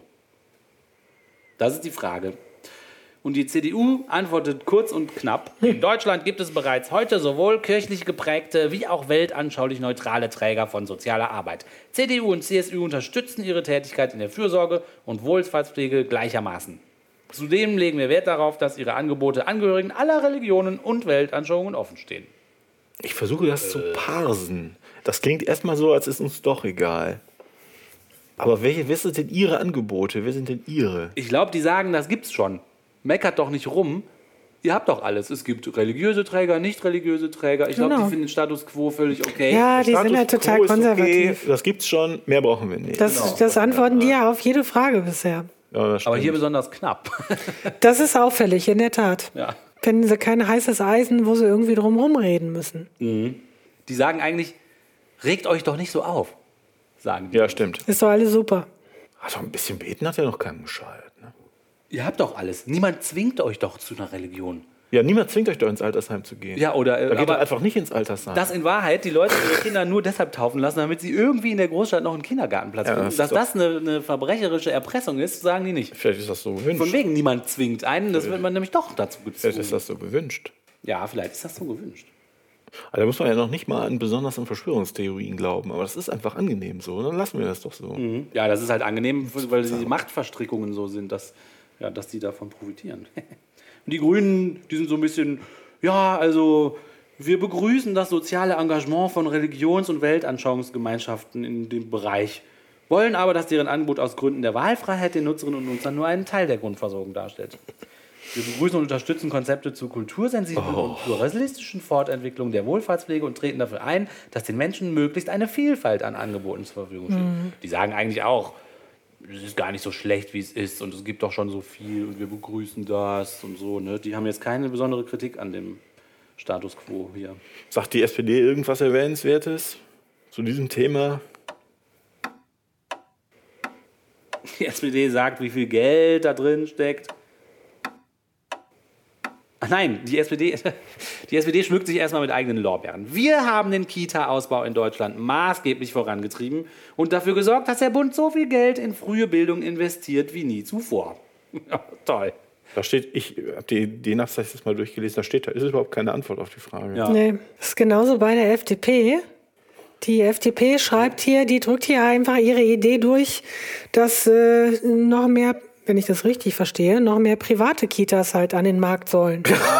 Das ist die Frage. Und die C D U antwortet kurz und knapp: In Deutschland gibt es bereits heute sowohl kirchlich geprägte wie auch weltanschaulich neutrale Träger von sozialer Arbeit. C D U und C S U unterstützen ihre Tätigkeit in der Fürsorge und Wohlfahrtspflege gleichermaßen. Zudem legen wir Wert darauf, dass ihre Angebote Angehörigen aller Religionen und Weltanschauungen offenstehen. Ich versuche das zu parsen. Das klingt erstmal so, als ist uns doch egal. Aber welche, wer sind denn Ihre Angebote? Wer sind denn Ihre? Ich glaube, die sagen, das gibt's schon. Meckert doch nicht rum. Ihr habt doch alles. Es gibt religiöse Träger, nicht religiöse Träger. Ich glaube, Genau. die finden den Status quo völlig okay. Ja, die sind ja Status total quo ist konservativ. Okay, das gibt's schon, mehr brauchen wir nicht. Das, das antworten die ja auf jede Frage bisher. Ja, das Aber hier stimmt. besonders knapp. Das ist auffällig, in der Tat. Ja. Finden sie kein heißes Eisen, wo sie irgendwie drum rumreden müssen. Die sagen eigentlich, regt euch doch nicht so auf, sagen die. Ja, stimmt. Ist doch alles super. Also ein bisschen beten hat ja noch keinem geschadet. Ne? Ihr habt doch alles. Niemand zwingt euch doch zu einer Religion. Ja, niemand zwingt euch doch ins Altersheim zu gehen. Ja, oder, äh, Da geht aber doch einfach nicht ins Altersheim. dass in Wahrheit die Leute ihre Kinder nur deshalb taufen lassen, damit sie irgendwie in der Großstadt noch einen Kindergartenplatz Ja, finden. das Dass ist doch- das eine, eine verbrecherische Erpressung ist, sagen die nicht. Vielleicht ist das so gewünscht. Von wegen, niemand zwingt einen, das wird man nämlich doch dazu Vielleicht ist gezwungen. das so gewünscht. Ja, vielleicht ist das so gewünscht. Also da muss man ja noch nicht mal an besonders an Verschwörungstheorien glauben, aber das ist einfach angenehm so. Dann lassen wir das doch so. Ja, das ist halt angenehm, weil die Machtverstrickungen so sind, dass, ja, dass die davon profitieren. Und die Grünen, die sind so ein bisschen, ja, also wir begrüßen das soziale Engagement von Religions- und Weltanschauungsgemeinschaften in dem Bereich, wollen aber, dass deren Angebot aus Gründen der Wahlfreiheit den Nutzerinnen und Nutzern nur einen Teil der Grundversorgung darstellt. Wir begrüßen und unterstützen Konzepte zur kultursensiblen und pluralistischen Fortentwicklung der Wohlfahrtspflege und treten dafür ein, dass den Menschen möglichst eine Vielfalt an Angeboten zur Verfügung steht. Die sagen eigentlich auch, es ist gar nicht so schlecht, wie es ist und es gibt doch schon so viel und wir begrüßen das und so. Ne? Die haben jetzt keine besondere Kritik an dem Status quo hier. Sagt die S P D irgendwas Erwähnenswertes zu diesem Thema? Die S P D sagt, wie viel Geld da drin steckt. Ach nein, die S P D, die S P D schmückt sich erstmal mit eigenen Lorbeeren. Wir haben den Kita-Ausbau in Deutschland maßgeblich vorangetrieben und dafür gesorgt, dass der Bund so viel Geld in frühe Bildung investiert wie nie zuvor. Ja, toll. Da steht, ich habe die, den Absatz jetzt mal durchgelesen, da steht, da ist überhaupt keine Antwort auf die Frage. Ja. Nee, das ist genauso bei der F D P. Die F D P schreibt hier, die drückt hier einfach ihre Idee durch, dass äh, noch mehr, wenn ich das richtig verstehe, noch mehr private Kitas halt an den Markt sollen.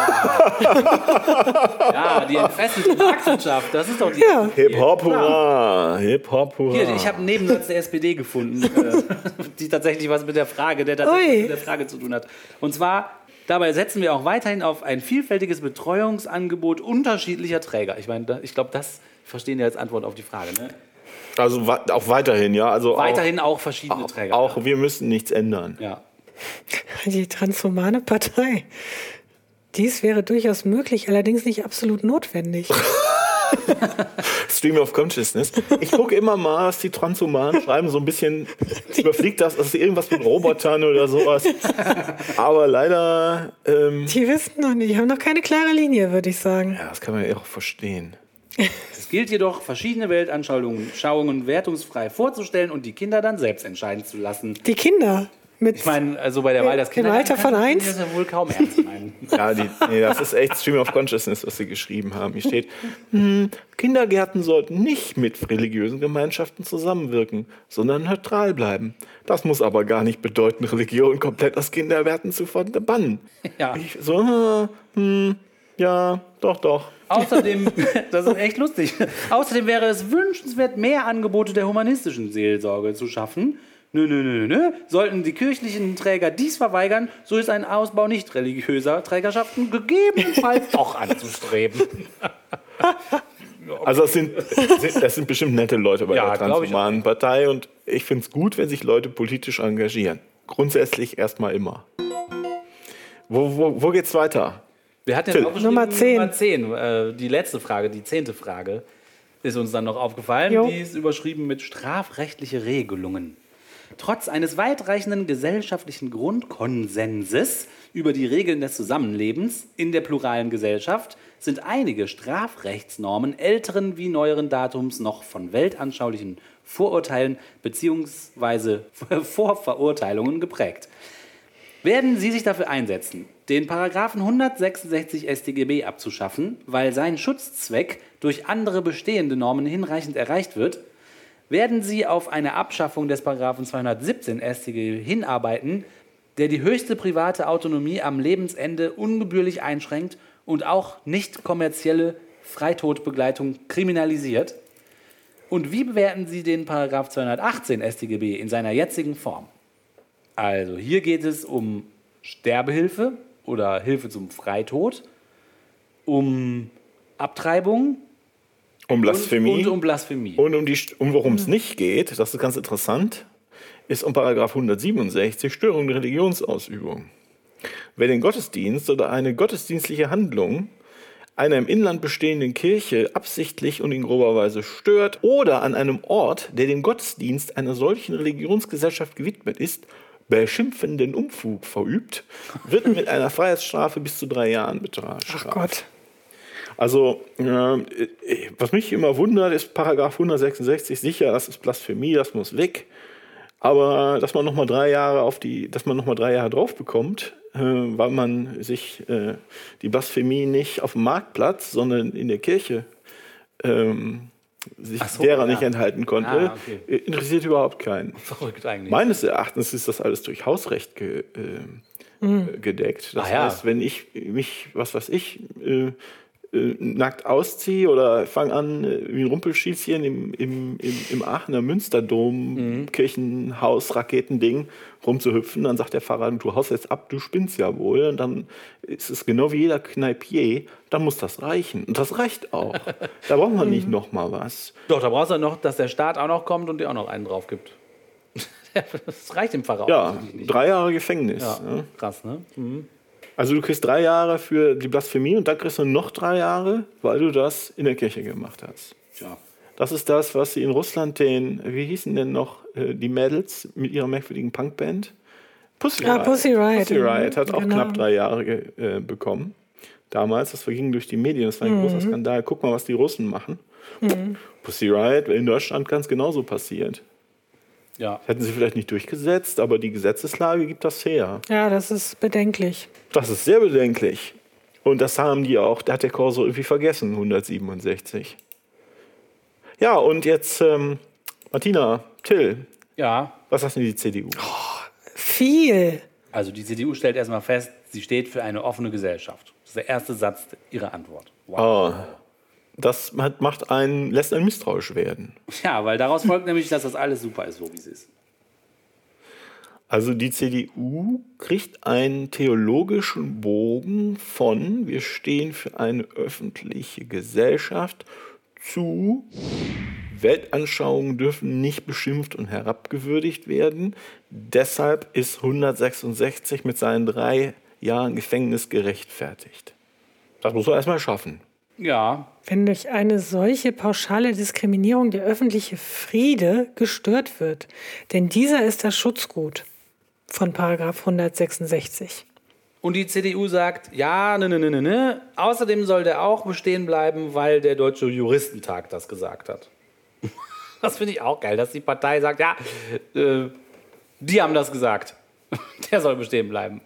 Ja, die entfesselte Marktwirtschaft, das ist doch die... Ja. Hip-Hop, hurra! Hip-Hop, hurra! Hier, ich habe einen Nebensatz der S P D gefunden, äh, die tatsächlich was mit der Frage, der tatsächlich Ui. mit der Frage zu tun hat. Und zwar, dabei setzen wir auch weiterhin auf ein vielfältiges Betreuungsangebot unterschiedlicher Träger. Ich meine, da- ich glaube, das verstehen wir als Antwort auf die Frage. Ne? Also wa- auch weiterhin, ja. Also Weiterhin auch verschiedene auch, Träger. auch wir müssen nichts ändern. Ja. Die transhumane Partei. Dies wäre durchaus möglich, allerdings nicht absolut notwendig. Stream of Consciousness. Ich gucke immer mal, was die Transhumanen schreiben, so ein bisschen überfliegt das, das ist irgendwas mit Robotern oder sowas. Aber leider, ähm, Die wissen noch nicht, die haben noch keine klare Linie, würde ich sagen. ja, das kann man ja auch verstehen. Es gilt jedoch, verschiedene Weltanschauungen Schauungen wertungsfrei vorzustellen und die Kinder dann selbst entscheiden zu lassen. Die Kinder mit Ich meine, also bei der Wahl des Im Kindes Alter von eins? das ja wohl kaum ernst meinen. Ja, die, nee, das ist echt Stream of Consciousness, was sie geschrieben haben. Hier steht, hm, Kindergärten sollten nicht mit religiösen Gemeinschaften zusammenwirken, sondern neutral bleiben. Das muss aber gar nicht bedeuten, Religion komplett aus Kindergärten zu verbannen. Ja. Ich so, ah, hm, ja, doch, doch. Außerdem, das ist echt lustig, außerdem wäre es wünschenswert, mehr Angebote der humanistischen Seelsorge zu schaffen. Nö, nö, nö, nö. Sollten die kirchlichen Träger dies verweigern, so ist ein Ausbau nicht religiöser Trägerschaften gegebenenfalls doch anzustreben. Also das sind, das sind bestimmt nette Leute bei Ja, der glaub ich Transhumanen Partei und ich finde es gut, wenn sich Leute politisch engagieren. Grundsätzlich erstmal immer. Wo, wo, wo geht's weiter? Wir hatten Phil. jetzt auch Nummer zehn. Nummer zehn. Äh, die letzte Frage, die zehnte Frage, ist uns dann noch aufgefallen. Jo. Die ist überschrieben mit strafrechtliche Regelungen. Trotz eines weitreichenden gesellschaftlichen Grundkonsenses über die Regeln des Zusammenlebens in der pluralen Gesellschaft sind einige Strafrechtsnormen älteren wie neueren Datums noch von weltanschaulichen Vorurteilen bzw. Vorverurteilungen geprägt. Werden Sie sich dafür einsetzen, den Paragraphen hundertsechsundsechzig S t G B abzuschaffen, weil sein Schutzzweck durch andere bestehende Normen hinreichend erreicht wird? Werden Sie auf eine Abschaffung des Paragraphen zweihundertsiebzehn S t G B hinarbeiten, der die höchste private Autonomie am Lebensende ungebührlich einschränkt und auch nicht kommerzielle Freitodbegleitung kriminalisiert? Und wie bewerten Sie den Paragraph zweihundertachtzehn S t G B in seiner jetzigen Form? Also hier geht es um Sterbehilfe oder Hilfe zum Freitod, um Abtreibung Um Blasphemie. und, und um Blasphemie. Und um, die, um worum es nicht geht, das ist ganz interessant, ist um Paragraph hundertsiebenundsechzig Störung der Religionsausübung. Wer den Gottesdienst oder eine gottesdienstliche Handlung einer im Inland bestehenden Kirche absichtlich und in grober Weise stört oder an einem Ort, der dem Gottesdienst einer solchen Religionsgesellschaft gewidmet ist, beschimpfenden Unfug verübt, wird mit einer Freiheitsstrafe bis zu drei Jahren bestraft. Ach Gott. Also, äh, was mich immer wundert, ist Paragraph hundertsechsundsechzig sicher, das ist Blasphemie, das muss weg. Aber dass man noch mal drei Jahre auf die, dass man noch mal drei Jahre drauf bekommt, äh, weil man sich äh, die Blasphemie nicht auf dem Marktplatz, sondern in der Kirche ähm, sich Ach so, derer ja. nicht enthalten konnte, Ah, okay. äh, interessiert überhaupt keinen. Verrückt eigentlich. Meines Erachtens ist das alles durch Hausrecht ge, äh, gedeckt. Das Ah, ja. heißt, wenn ich mich, was weiß ich, äh, äh, nackt ausziehe oder fange an, äh, wie ein Rumpelstilzchen im, im, im, im Aachener Münsterdom, Mhm. Kirchenhaus, Raketending rumzuhüpfen, dann sagt der Pfarrer, du haust jetzt ab, du spinnst ja wohl. Und dann ist es genau wie jeder Kneipier, dann muss das reichen. Und das reicht auch. Da braucht man nicht noch mal was. Doch, da brauchst du noch, dass der Staat auch noch kommt und dir auch noch einen drauf gibt. Das reicht dem Pfarrer Ja, offensichtlich nicht. drei Jahre Gefängnis. Ja, Ne? krass, ne? Mhm. Also du kriegst drei Jahre für die Blasphemie und dann kriegst du noch drei Jahre, weil du das in der Kirche gemacht hast. Tja. Das ist das, was sie in Russland den, wie hießen denn noch äh, die Mädels mit ihrer merkwürdigen Punkband? Pussy Riot. Ah, Pussy Riot. Pussy Riot hat auch Genau. knapp drei Jahre äh, bekommen. Damals, das ging durch die Medien, das war ein Mhm. großer Skandal. Guck mal, was die Russen machen. Mhm. Pussy Riot wäre in Deutschland ganz genauso passiert. Ja. Hätten sie vielleicht nicht durchgesetzt, aber die Gesetzeslage gibt das her. Ja, das ist bedenklich. Das ist sehr bedenklich. Und das haben die auch, da hat der Corso irgendwie vergessen, hundertsiebenundsechzig. Ja, und jetzt, ähm, Martina, Till, Ja. was sagt denn die C D U? Viel. Also die C D U stellt erstmal fest, sie steht für eine offene Gesellschaft. Das ist der erste Satz ihrer Antwort. Wow. Ah, das hat- macht einen, lässt einen misstrauisch werden. Ja, weil daraus folgt nämlich, dass das alles super ist, so wie es ist. Also die C D U kriegt einen theologischen Bogen von, wir stehen für eine öffentliche Gesellschaft, zu, Weltanschauungen dürfen nicht beschimpft und herabgewürdigt werden. Deshalb ist hundertsechsundsechzig mit seinen drei Jahren Gefängnis gerechtfertigt. Das muss man erstmal schaffen. Ja, Wenn durch eine solche pauschale Diskriminierung der öffentliche Friede gestört wird. Denn dieser ist das Schutzgut von Paragraph hundertsechsundsechzig. und die C D U sagt, ja, ne, ne, ne, ne, ne. Außerdem soll der auch bestehen bleiben, weil der Deutsche Juristentag das gesagt hat. Das finde ich auch geil, dass die Partei sagt, ja, äh, die haben das gesagt. Der soll bestehen bleiben.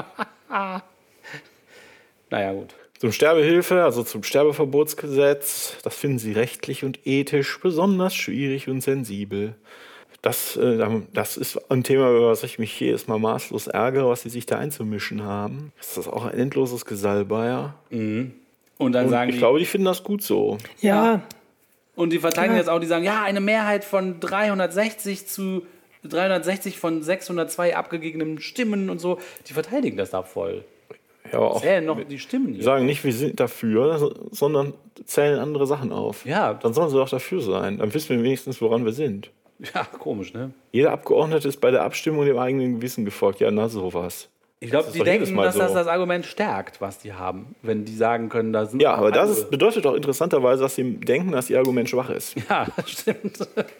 Naja, gut. Zum Sterbehilfe, also zum Sterbeverbotsgesetz, das finden sie rechtlich und ethisch besonders schwierig und sensibel. Das, äh, das ist ein Thema, über das ich mich jedes Mal maßlos ärgere, was sie sich da einzumischen haben. Das ist auch ein endloses Gesallbeier. Und dann Und sagen ich die, glaube, die finden das gut so. Ja, und die verteidigen Ja. jetzt auch, die sagen, ja, eine Mehrheit von dreihundertsechzig zu dreihundertsechzig von sechshundertzwei abgegebenen Stimmen und so. Die verteidigen das da voll. Ja, aber auch, Zählen noch die Stimmen die hier. sagen nicht, wir sind dafür, sondern zählen andere Sachen auf. Ja. Dann sollen sie doch dafür sein. Dann wissen wir wenigstens, woran wir sind. Ja, komisch, ne? Jeder Abgeordnete ist bei der Abstimmung dem eigenen Gewissen gefolgt. Ja, na sowas. Ich glaube, ist die doch jedes denken, Mal dass das so. das Argument stärkt, was die haben. Wenn die sagen können, da sind Ja, noch aber das andere. ist, bedeutet auch interessanterweise, dass sie denken, dass ihr Argument schwach ist. Ja, stimmt.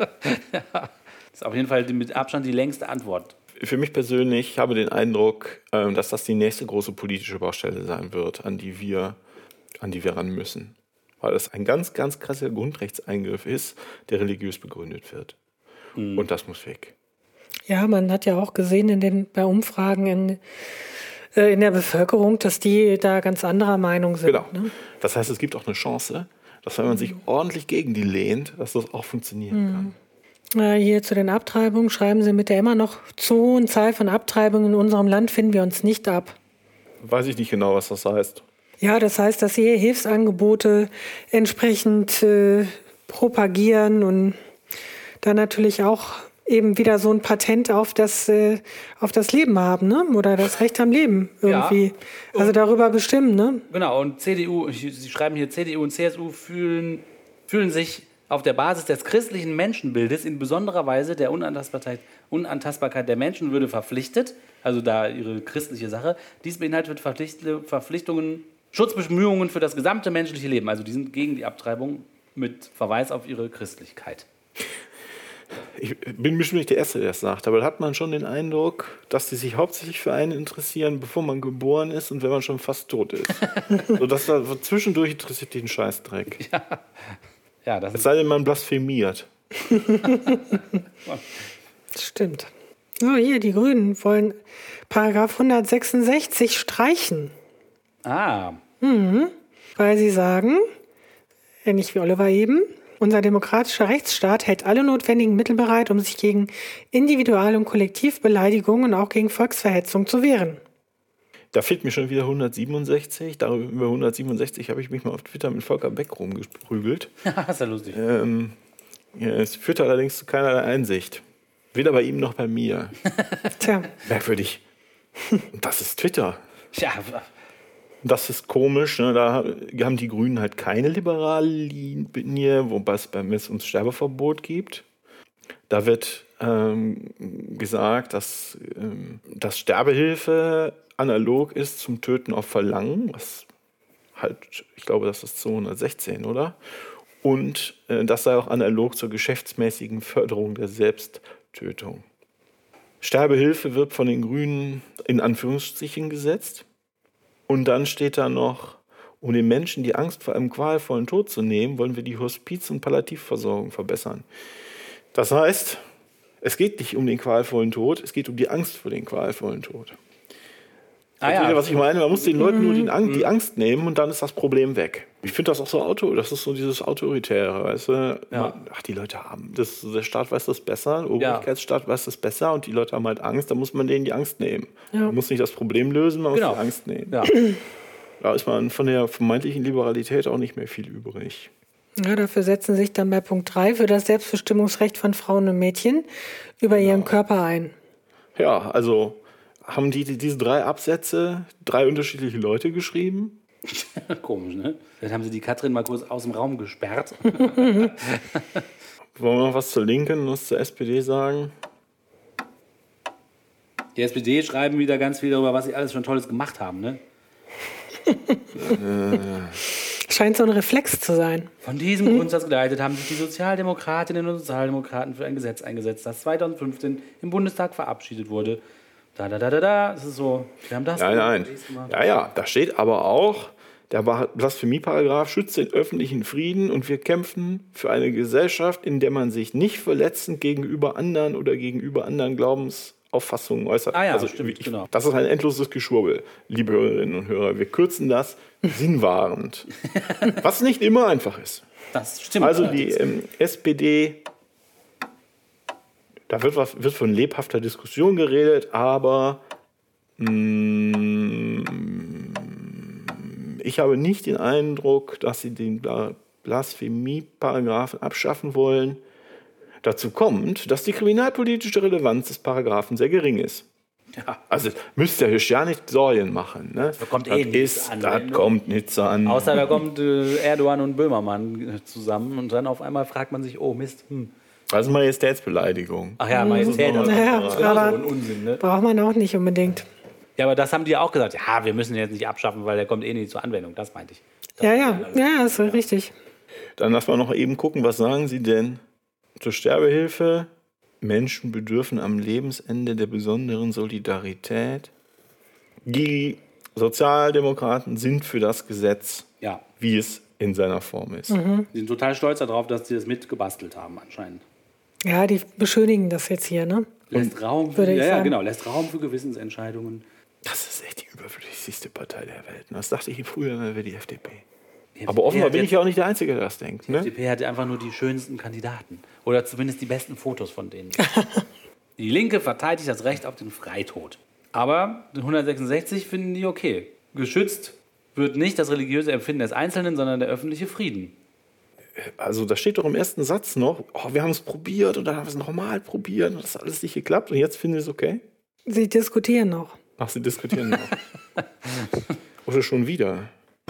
Ja. Das ist auf jeden Fall die, mit Abstand die längste Antwort. Für mich persönlich habe den Eindruck, ähm, dass das die nächste große politische Baustelle sein wird, an die wir, an die wir ran müssen. Weil es ein ganz, ganz krasser Grundrechtseingriff ist, der religiös begründet wird. Und das muss weg. ja, man hat ja auch gesehen in den, bei Umfragen in, äh, in der Bevölkerung, dass die da ganz anderer Meinung sind. Genau. Ne? Das heißt, es gibt auch eine Chance, dass wenn man sich ordentlich gegen die lehnt, dass das auch funktionieren kann. Äh, hier zu den Abtreibungen schreiben sie mit der immer noch zu hohen Zahl von Abtreibungen in unserem Land finden wir uns nicht ab. Weiß ich nicht genau, was das heißt. Ja, das heißt, dass sie Hilfsangebote entsprechend äh, propagieren und dann natürlich auch eben wieder so ein Patent auf das, äh, auf das Leben haben, ne? Oder das Recht am Leben irgendwie. Ja. Also darüber bestimmen, ne? Genau, und C D U, Sie schreiben hier, C D U und C S U fühlen, fühlen sich auf der Basis des christlichen Menschenbildes in besonderer Weise der Unantastbarkeit, Unantastbarkeit der Menschenwürde verpflichtet, also da ihre christliche Sache. Dies beinhaltet Verpflicht, Verpflichtungen, Schutzbemühungen für das gesamte menschliche Leben. Also die sind gegen die Abtreibung mit Verweis auf ihre Christlichkeit. Ich bin bestimmt nicht der Erste, der das sagt, aber da hat man schon den Eindruck, dass die sich hauptsächlich für einen interessieren, bevor man geboren ist und wenn man schon fast tot ist. So, dass da zwischendurch interessiert den Scheißdreck. Ja, das Es ist sei denn, man blasphemiert. Stimmt. So, hier, die Grünen wollen Paragraph hundertsechsundsechzig streichen, ah, weil sie sagen, ähnlich wie Oliver eben, unser demokratischer Rechtsstaat hält alle notwendigen Mittel bereit, um sich gegen Individual- und Kollektivbeleidigungen und auch gegen Volksverhetzung zu wehren. Da fehlt mir schon wieder hundertsiebenundsechzig. Darüber über hundertsiebenundsechzig habe ich mich mal auf Twitter mit Volker Beck rumgeprügelt. das ist ja lustig. Ähm, ja, es führte allerdings zu keinerlei Einsicht. Weder bei ihm noch bei mir. Tja, Merkwürdig. Und das ist Twitter. Ja, Das ist komisch. Ne? Da haben die Grünen halt keine liberale Linie, wobei es beim es ums Sterbeverbot gibt. Da wird ähm, gesagt, dass, ähm, dass Sterbehilfe analog ist zum Töten auf Verlangen. Was halt, ich glaube, das ist zweihundertsechzehn, oder? Und äh, das sei auch analog zur geschäftsmäßigen Förderung der Selbsttötung. Sterbehilfe wird von den Grünen in Anführungsstrichen gesetzt. Und dann steht da noch, um den Menschen die Angst vor einem qualvollen Tod zu nehmen, wollen wir die Hospiz- und Palliativversorgung verbessern. Das heißt, es geht nicht um den qualvollen Tod, es geht um die Angst vor dem qualvollen Tod. Ah, ja. Was ich meine, man muss den Leuten nur die Angst, die Angst nehmen und dann ist das Problem weg. Ich finde das auch so Auto, das ist so dieses Autoritäre, weißt du? Ja. Man, ach, die Leute haben, das, der Staat weiß das besser, der Obrigkeitsstaat weiß das besser und die Leute haben halt Angst, da muss man denen die Angst nehmen. Ja. Man muss nicht das Problem lösen, man genau. muss die Angst nehmen. Ja. Da ist man von der vermeintlichen Liberalität auch nicht mehr viel übrig. Ja, dafür setzen sich dann bei Punkt drei für das Selbstbestimmungsrecht von Frauen und Mädchen über ja. ihren Körper ein. Ja, also haben die, die diese drei Absätze drei unterschiedliche Leute geschrieben? Komisch, ne? Vielleicht haben sie die Katrin mal kurz aus dem Raum gesperrt. Wollen wir noch was zur Linken und was zur S P D sagen? Die S P D schreiben wieder ganz viel darüber, was sie alles schon Tolles gemacht haben, ne? Scheint so ein Reflex zu sein. Von diesem hm. Grundsatz geleitet haben sich die Sozialdemokratinnen und Sozialdemokraten für ein Gesetz eingesetzt, das zweitausendfünfzehn im Bundestag verabschiedet wurde. Da, da, da, da, da. Das ist so, wir haben das. Nein, nein. Ja, ja, da steht aber auch, der Blasphemieparagraf schützt den öffentlichen Frieden und wir kämpfen für eine Gesellschaft, in der man sich nicht verletzend gegenüber anderen oder gegenüber anderen Glaubensauffassungen äußert. Ah ja, also, stimmt, ich, genau. Das ist ein endloses Geschwurbel, liebe Hörerinnen und Hörer. Wir kürzen das sinnwahrend. Was nicht immer einfach ist. Das stimmt. Also die ähm, S P D... Da wird, was, wird von lebhafter Diskussion geredet, aber mh, ich habe nicht den Eindruck, dass sie den Blasphemie-Paragraphen abschaffen wollen. Dazu kommt, dass die kriminalpolitische Relevanz des Paragraphen sehr gering ist. Ja. Also müsst ihr euch ja nicht Sorgen machen. Ne? Da kommt das eh nichts an. Das ne? kommt nichts an. Außer da kommt äh, Erdogan und Böhmermann zusammen und dann auf einmal fragt man sich, oh Mist, hm. Das ist Majestätsbeleidigung. Ach ja, Majestät. Das ja, ist aber so ein Unsinn, ne? Braucht man auch nicht unbedingt. Ja, aber das haben die ja auch gesagt. Ja, wir müssen ihn jetzt nicht abschaffen, weil der kommt eh nicht zur Anwendung. Das meinte ich. Das ja, ja, ja, ist ja. richtig. Dann lass mal noch eben gucken, was sagen Sie denn zur Sterbehilfe? Menschen bedürfen am Lebensende der besonderen Solidarität. Die Sozialdemokraten sind für das Gesetz, ja. wie es in seiner Form ist. Mhm. Die sind total stolz darauf, dass sie das mitgebastelt haben anscheinend. Ja, die beschönigen das jetzt hier, ne? Lässt Raum für, ja, ja, genau, lässt Raum für Gewissensentscheidungen. Das ist echt die überflüssigste Partei der Welt. Das dachte ich früher, wäre die F D P. Die Aber offenbar bin ich ja auch nicht der Einzige, der das denkt. Die ne? F D P hatte einfach nur die schönsten Kandidaten. Oder zumindest die besten Fotos von denen. Die Linke verteidigt das Recht auf den Freitod. Aber hundertsechsundsechzig finden die okay. Geschützt wird nicht das religiöse Empfinden des Einzelnen, sondern der öffentliche Frieden. Also da steht doch im ersten Satz noch, oh, wir haben es probiert und dann haben wir es nochmal probiert und das hat alles nicht geklappt und jetzt finden Sie es okay? Sie diskutieren noch. Ach, Sie diskutieren noch. Oder schon wieder.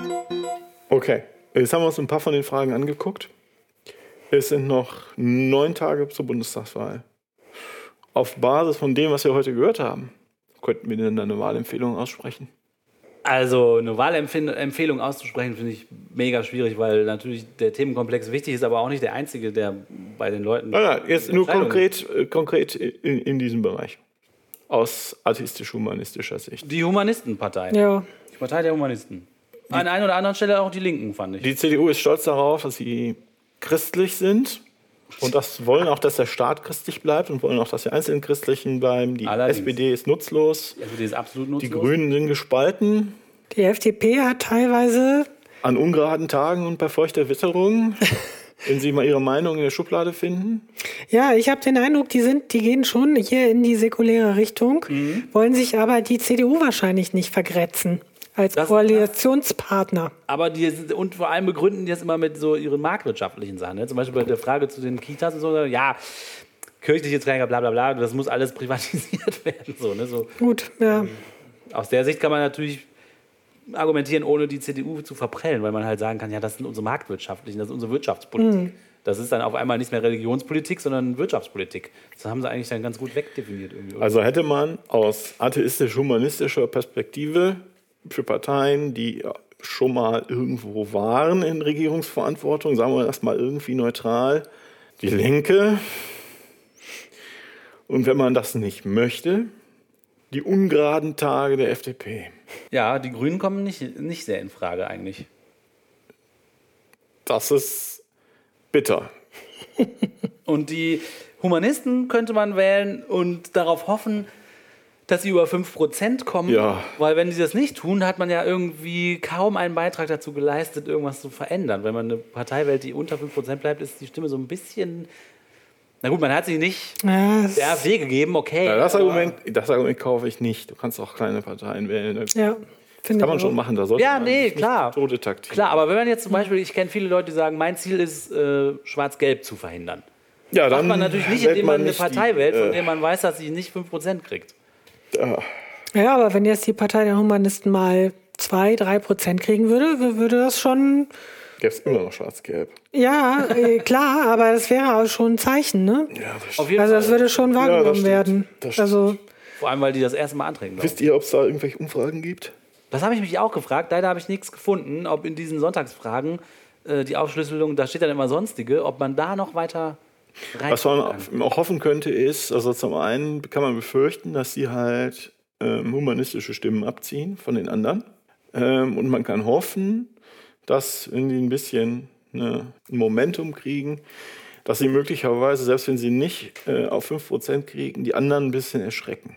Okay, jetzt haben wir uns ein paar von den Fragen angeguckt. Es sind noch neun Tage zur Bundestagswahl. Auf Basis von dem, was wir heute gehört haben, könnten wir denn eine Wahlempfehlung aussprechen? Also eine Wahlempfehlung auszusprechen, finde ich mega schwierig, weil natürlich der Themenkomplex wichtig ist, aber auch nicht der einzige, der bei den Leuten... Nein, nein, jetzt nur konkret, konkret in, in diesem Bereich. Aus atheistisch-humanistischer Sicht. Die Humanistenpartei. Ja. Die Partei der Humanisten. An einer oder anderen Stelle auch die Linken, fand ich. Die C D U ist stolz darauf, dass sie christlich sind. Und das wollen auch, dass der Staat christlich bleibt und wollen auch, dass die einzelnen Christlichen bleiben. Die Allerdings. S P D ist nutzlos. Die S P D ist absolut nutzlos. Die Grünen sind gespalten. Die F D P hat teilweise... An ungeraden Tagen und bei feuchter Witterung, wenn sie mal ihre Meinung in der Schublade finden. Ja, ich habe den Eindruck, die sind, die gehen schon hier in die säkuläre Richtung, mhm. wollen sich aber die C D U wahrscheinlich nicht vergrätzen. Als das, Koalitionspartner. Das, aber die und vor allem begründen die das immer mit so ihren marktwirtschaftlichen Sachen. Ne? Zum Beispiel bei der Frage zu den Kitas und so, ja, kirchliche Träger, bla bla bla, das muss alles privatisiert werden. So, ne? so, Gut, ja. Aus der Sicht kann man natürlich argumentieren, ohne die C D U zu verprellen, weil man halt sagen kann, ja, das sind unsere marktwirtschaftlichen, das ist unsere Wirtschaftspolitik. Mhm. Das ist dann auf einmal nicht mehr Religionspolitik, sondern Wirtschaftspolitik. Das haben sie eigentlich dann ganz gut wegdefiniert. Irgendwie, oder? Also hätte man aus atheistisch-humanistischer Perspektive für Parteien, die schon mal irgendwo waren in Regierungsverantwortung, sagen wir erstmal irgendwie neutral, die Linke. Und wenn man das nicht möchte, die ungeraden Tage der F D P. Ja, die Grünen kommen nicht, nicht sehr in Frage eigentlich. Das ist bitter. Und die Humanisten könnte man wählen und darauf hoffen, dass sie über fünf Prozent kommen. Ja. Weil wenn sie das nicht tun, hat man ja irgendwie kaum einen Beitrag dazu geleistet, irgendwas zu verändern. Wenn man eine Partei wählt, die unter fünf Prozent bleibt, ist die Stimme so ein bisschen... Na gut, man hat sie nicht Ja, der AfD gegeben, okay. Ja, das, Argument, das Argument kaufe ich nicht. Du kannst auch kleine Parteien wählen. Das ja, finde kann man ich schon auch. machen. Da sollte Ja, man nee, nicht klar. Tote taktieren. Klar, aber wenn man jetzt zum Beispiel, ich kenne viele Leute, die sagen, mein Ziel ist, äh, Schwarz-Gelb zu verhindern. Ja, Macht dann man natürlich nicht, wählt indem man eine nicht Partei die, wählt, von äh, der man weiß, dass sie nicht fünf Prozent kriegt. Ja. Ja, aber wenn jetzt die Partei der Humanisten mal zwei, drei Prozent kriegen würde, würde das schon, Gäbe es immer noch Schwarz-Gelb. ja, äh, klar, aber das wäre auch schon ein Zeichen, ne? Ja, das Auf jeden Also Fall. das würde schon Ja, das wahrgenommen stimmt. werden. Das stimmt. Also, Vor allem, weil die das erste Mal antreten. glaub ich. Wisst ihr, ob es da irgendwelche Umfragen gibt? Das habe ich mich auch gefragt. Leider habe ich nichts gefunden, ob in diesen Sonntagsfragen äh, die Aufschlüsselung, da steht dann immer Sonstige, ob man da noch weiter rein Was man kann. auch hoffen könnte, ist, also zum einen kann man befürchten, dass sie halt ähm, humanistische Stimmen abziehen von den anderen. Ähm, und man kann hoffen, dass, wenn die ein bisschen ne, ein Momentum kriegen, dass sie möglicherweise, selbst wenn sie nicht äh, auf fünf Prozent kriegen, die anderen ein bisschen erschrecken.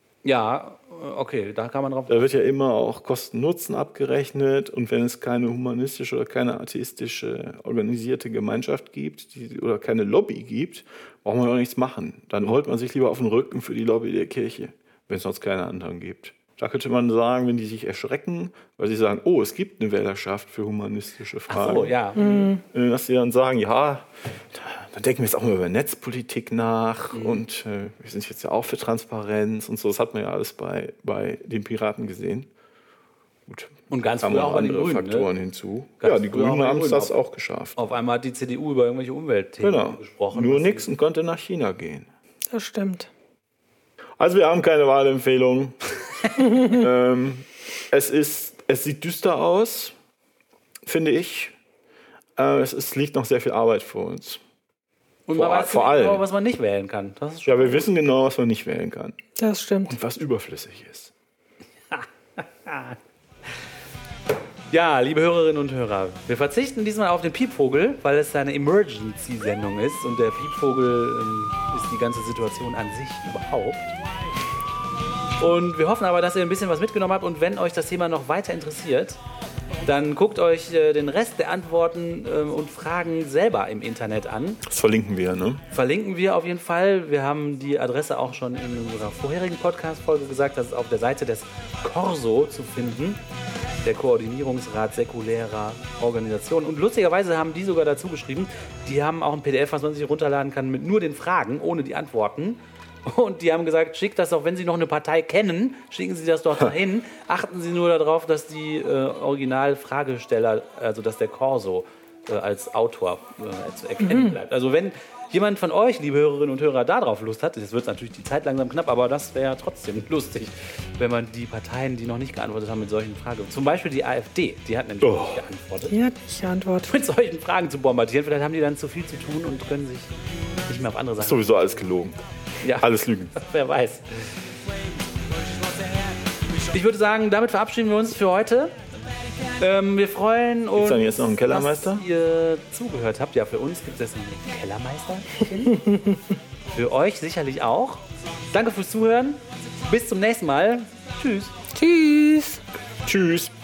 Ja, okay, da kann man drauf. Da wird ja immer auch Kosten-Nutzen abgerechnet, und wenn es keine humanistische oder keine atheistische organisierte Gemeinschaft gibt die, oder keine Lobby gibt, braucht man auch nichts machen. Dann holt man sich lieber auf den Rücken für die Lobby der Kirche, wenn es sonst keine anderen gibt. Da könnte man sagen, wenn die sich erschrecken, weil sie sagen, oh, es gibt eine Wählerschaft für humanistische Fragen. Ach so, ja. Äh, Dass sie dann sagen, ja, dann denken wir jetzt auch mal über Netzpolitik nach, mhm. und äh, wir sind jetzt ja auch für Transparenz und so. Das hat man ja alles bei, bei den Piraten gesehen. Gut, Und ganz kamen früher noch auch bei den andere Grünen, Faktoren ne? hinzu. Ganz ja, die früher auch bei Grünen den haben es Grünen. das auch geschafft. Auf einmal hat die C D U über irgendwelche Umweltthemen Genau. gesprochen. Nur was nichts und konnte nach China gehen. das stimmt. Also wir haben keine Wahlempfehlung. ähm, es, ist, es sieht düster aus, finde ich. Äh, es ist, liegt noch sehr viel Arbeit vor uns. Und vor- man weiß vor nicht allem. genau, was man nicht wählen kann. Das ist schon Ja, wir wissen genau, was man nicht wählen kann Das stimmt. und was überflüssig ist. Ja, liebe Hörerinnen und Hörer, wir verzichten diesmal auf den Piepvogel, weil es eine Emergency-Sendung ist und der Piepvogel ähm, ist die ganze Situation an sich überhaupt. Und wir hoffen aber, dass ihr ein bisschen was mitgenommen habt, und wenn euch das Thema noch weiter interessiert, dann guckt euch äh, den Rest der Antworten äh, und Fragen selber im Internet an. Das verlinken wir, ne? Verlinken wir auf jeden Fall. Wir haben die Adresse auch schon in unserer vorherigen Podcast-Folge gesagt. Das ist auf der Seite des Corso zu finden, der Koordinierungsrat säkulärer Organisationen. Und lustigerweise haben die sogar dazu geschrieben, die haben auch ein P D F, was man sich runterladen kann, mit nur den Fragen, ohne die Antworten. Und die haben gesagt, schickt das doch, wenn Sie noch eine Partei kennen, schicken Sie das doch dahin. Achten Sie nur darauf, dass die äh, Original-Fragesteller, also dass der Corso äh, als Autor äh, zu erkennen bleibt. Also wenn jemand von euch, liebe Hörerinnen und Hörer, da drauf Lust hat, jetzt wird natürlich die Zeit langsam knapp, aber das wäre trotzdem lustig, wenn man die Parteien, die noch nicht geantwortet haben, mit solchen Fragen, zum Beispiel die AfD, die hat nämlich Oh. noch nicht geantwortet, Die hat nicht geantwortet. mit solchen Fragen zu bombardieren. Vielleicht haben die dann zu viel zu tun und können sich nicht mehr auf andere Sachen... Sowieso alles gelogen. Ja. Alles Lügen. Wer weiß. Ich würde sagen, damit verabschieden wir uns für heute. Ähm, wir freuen uns, dann jetzt noch einen Kellermeister? dass ihr zugehört habt. Ja, für uns gibt es jetzt noch einen Kellermeister. Für euch sicherlich auch. Danke fürs Zuhören. Bis zum nächsten Mal. Tschüss. Tschüss. Tschüss.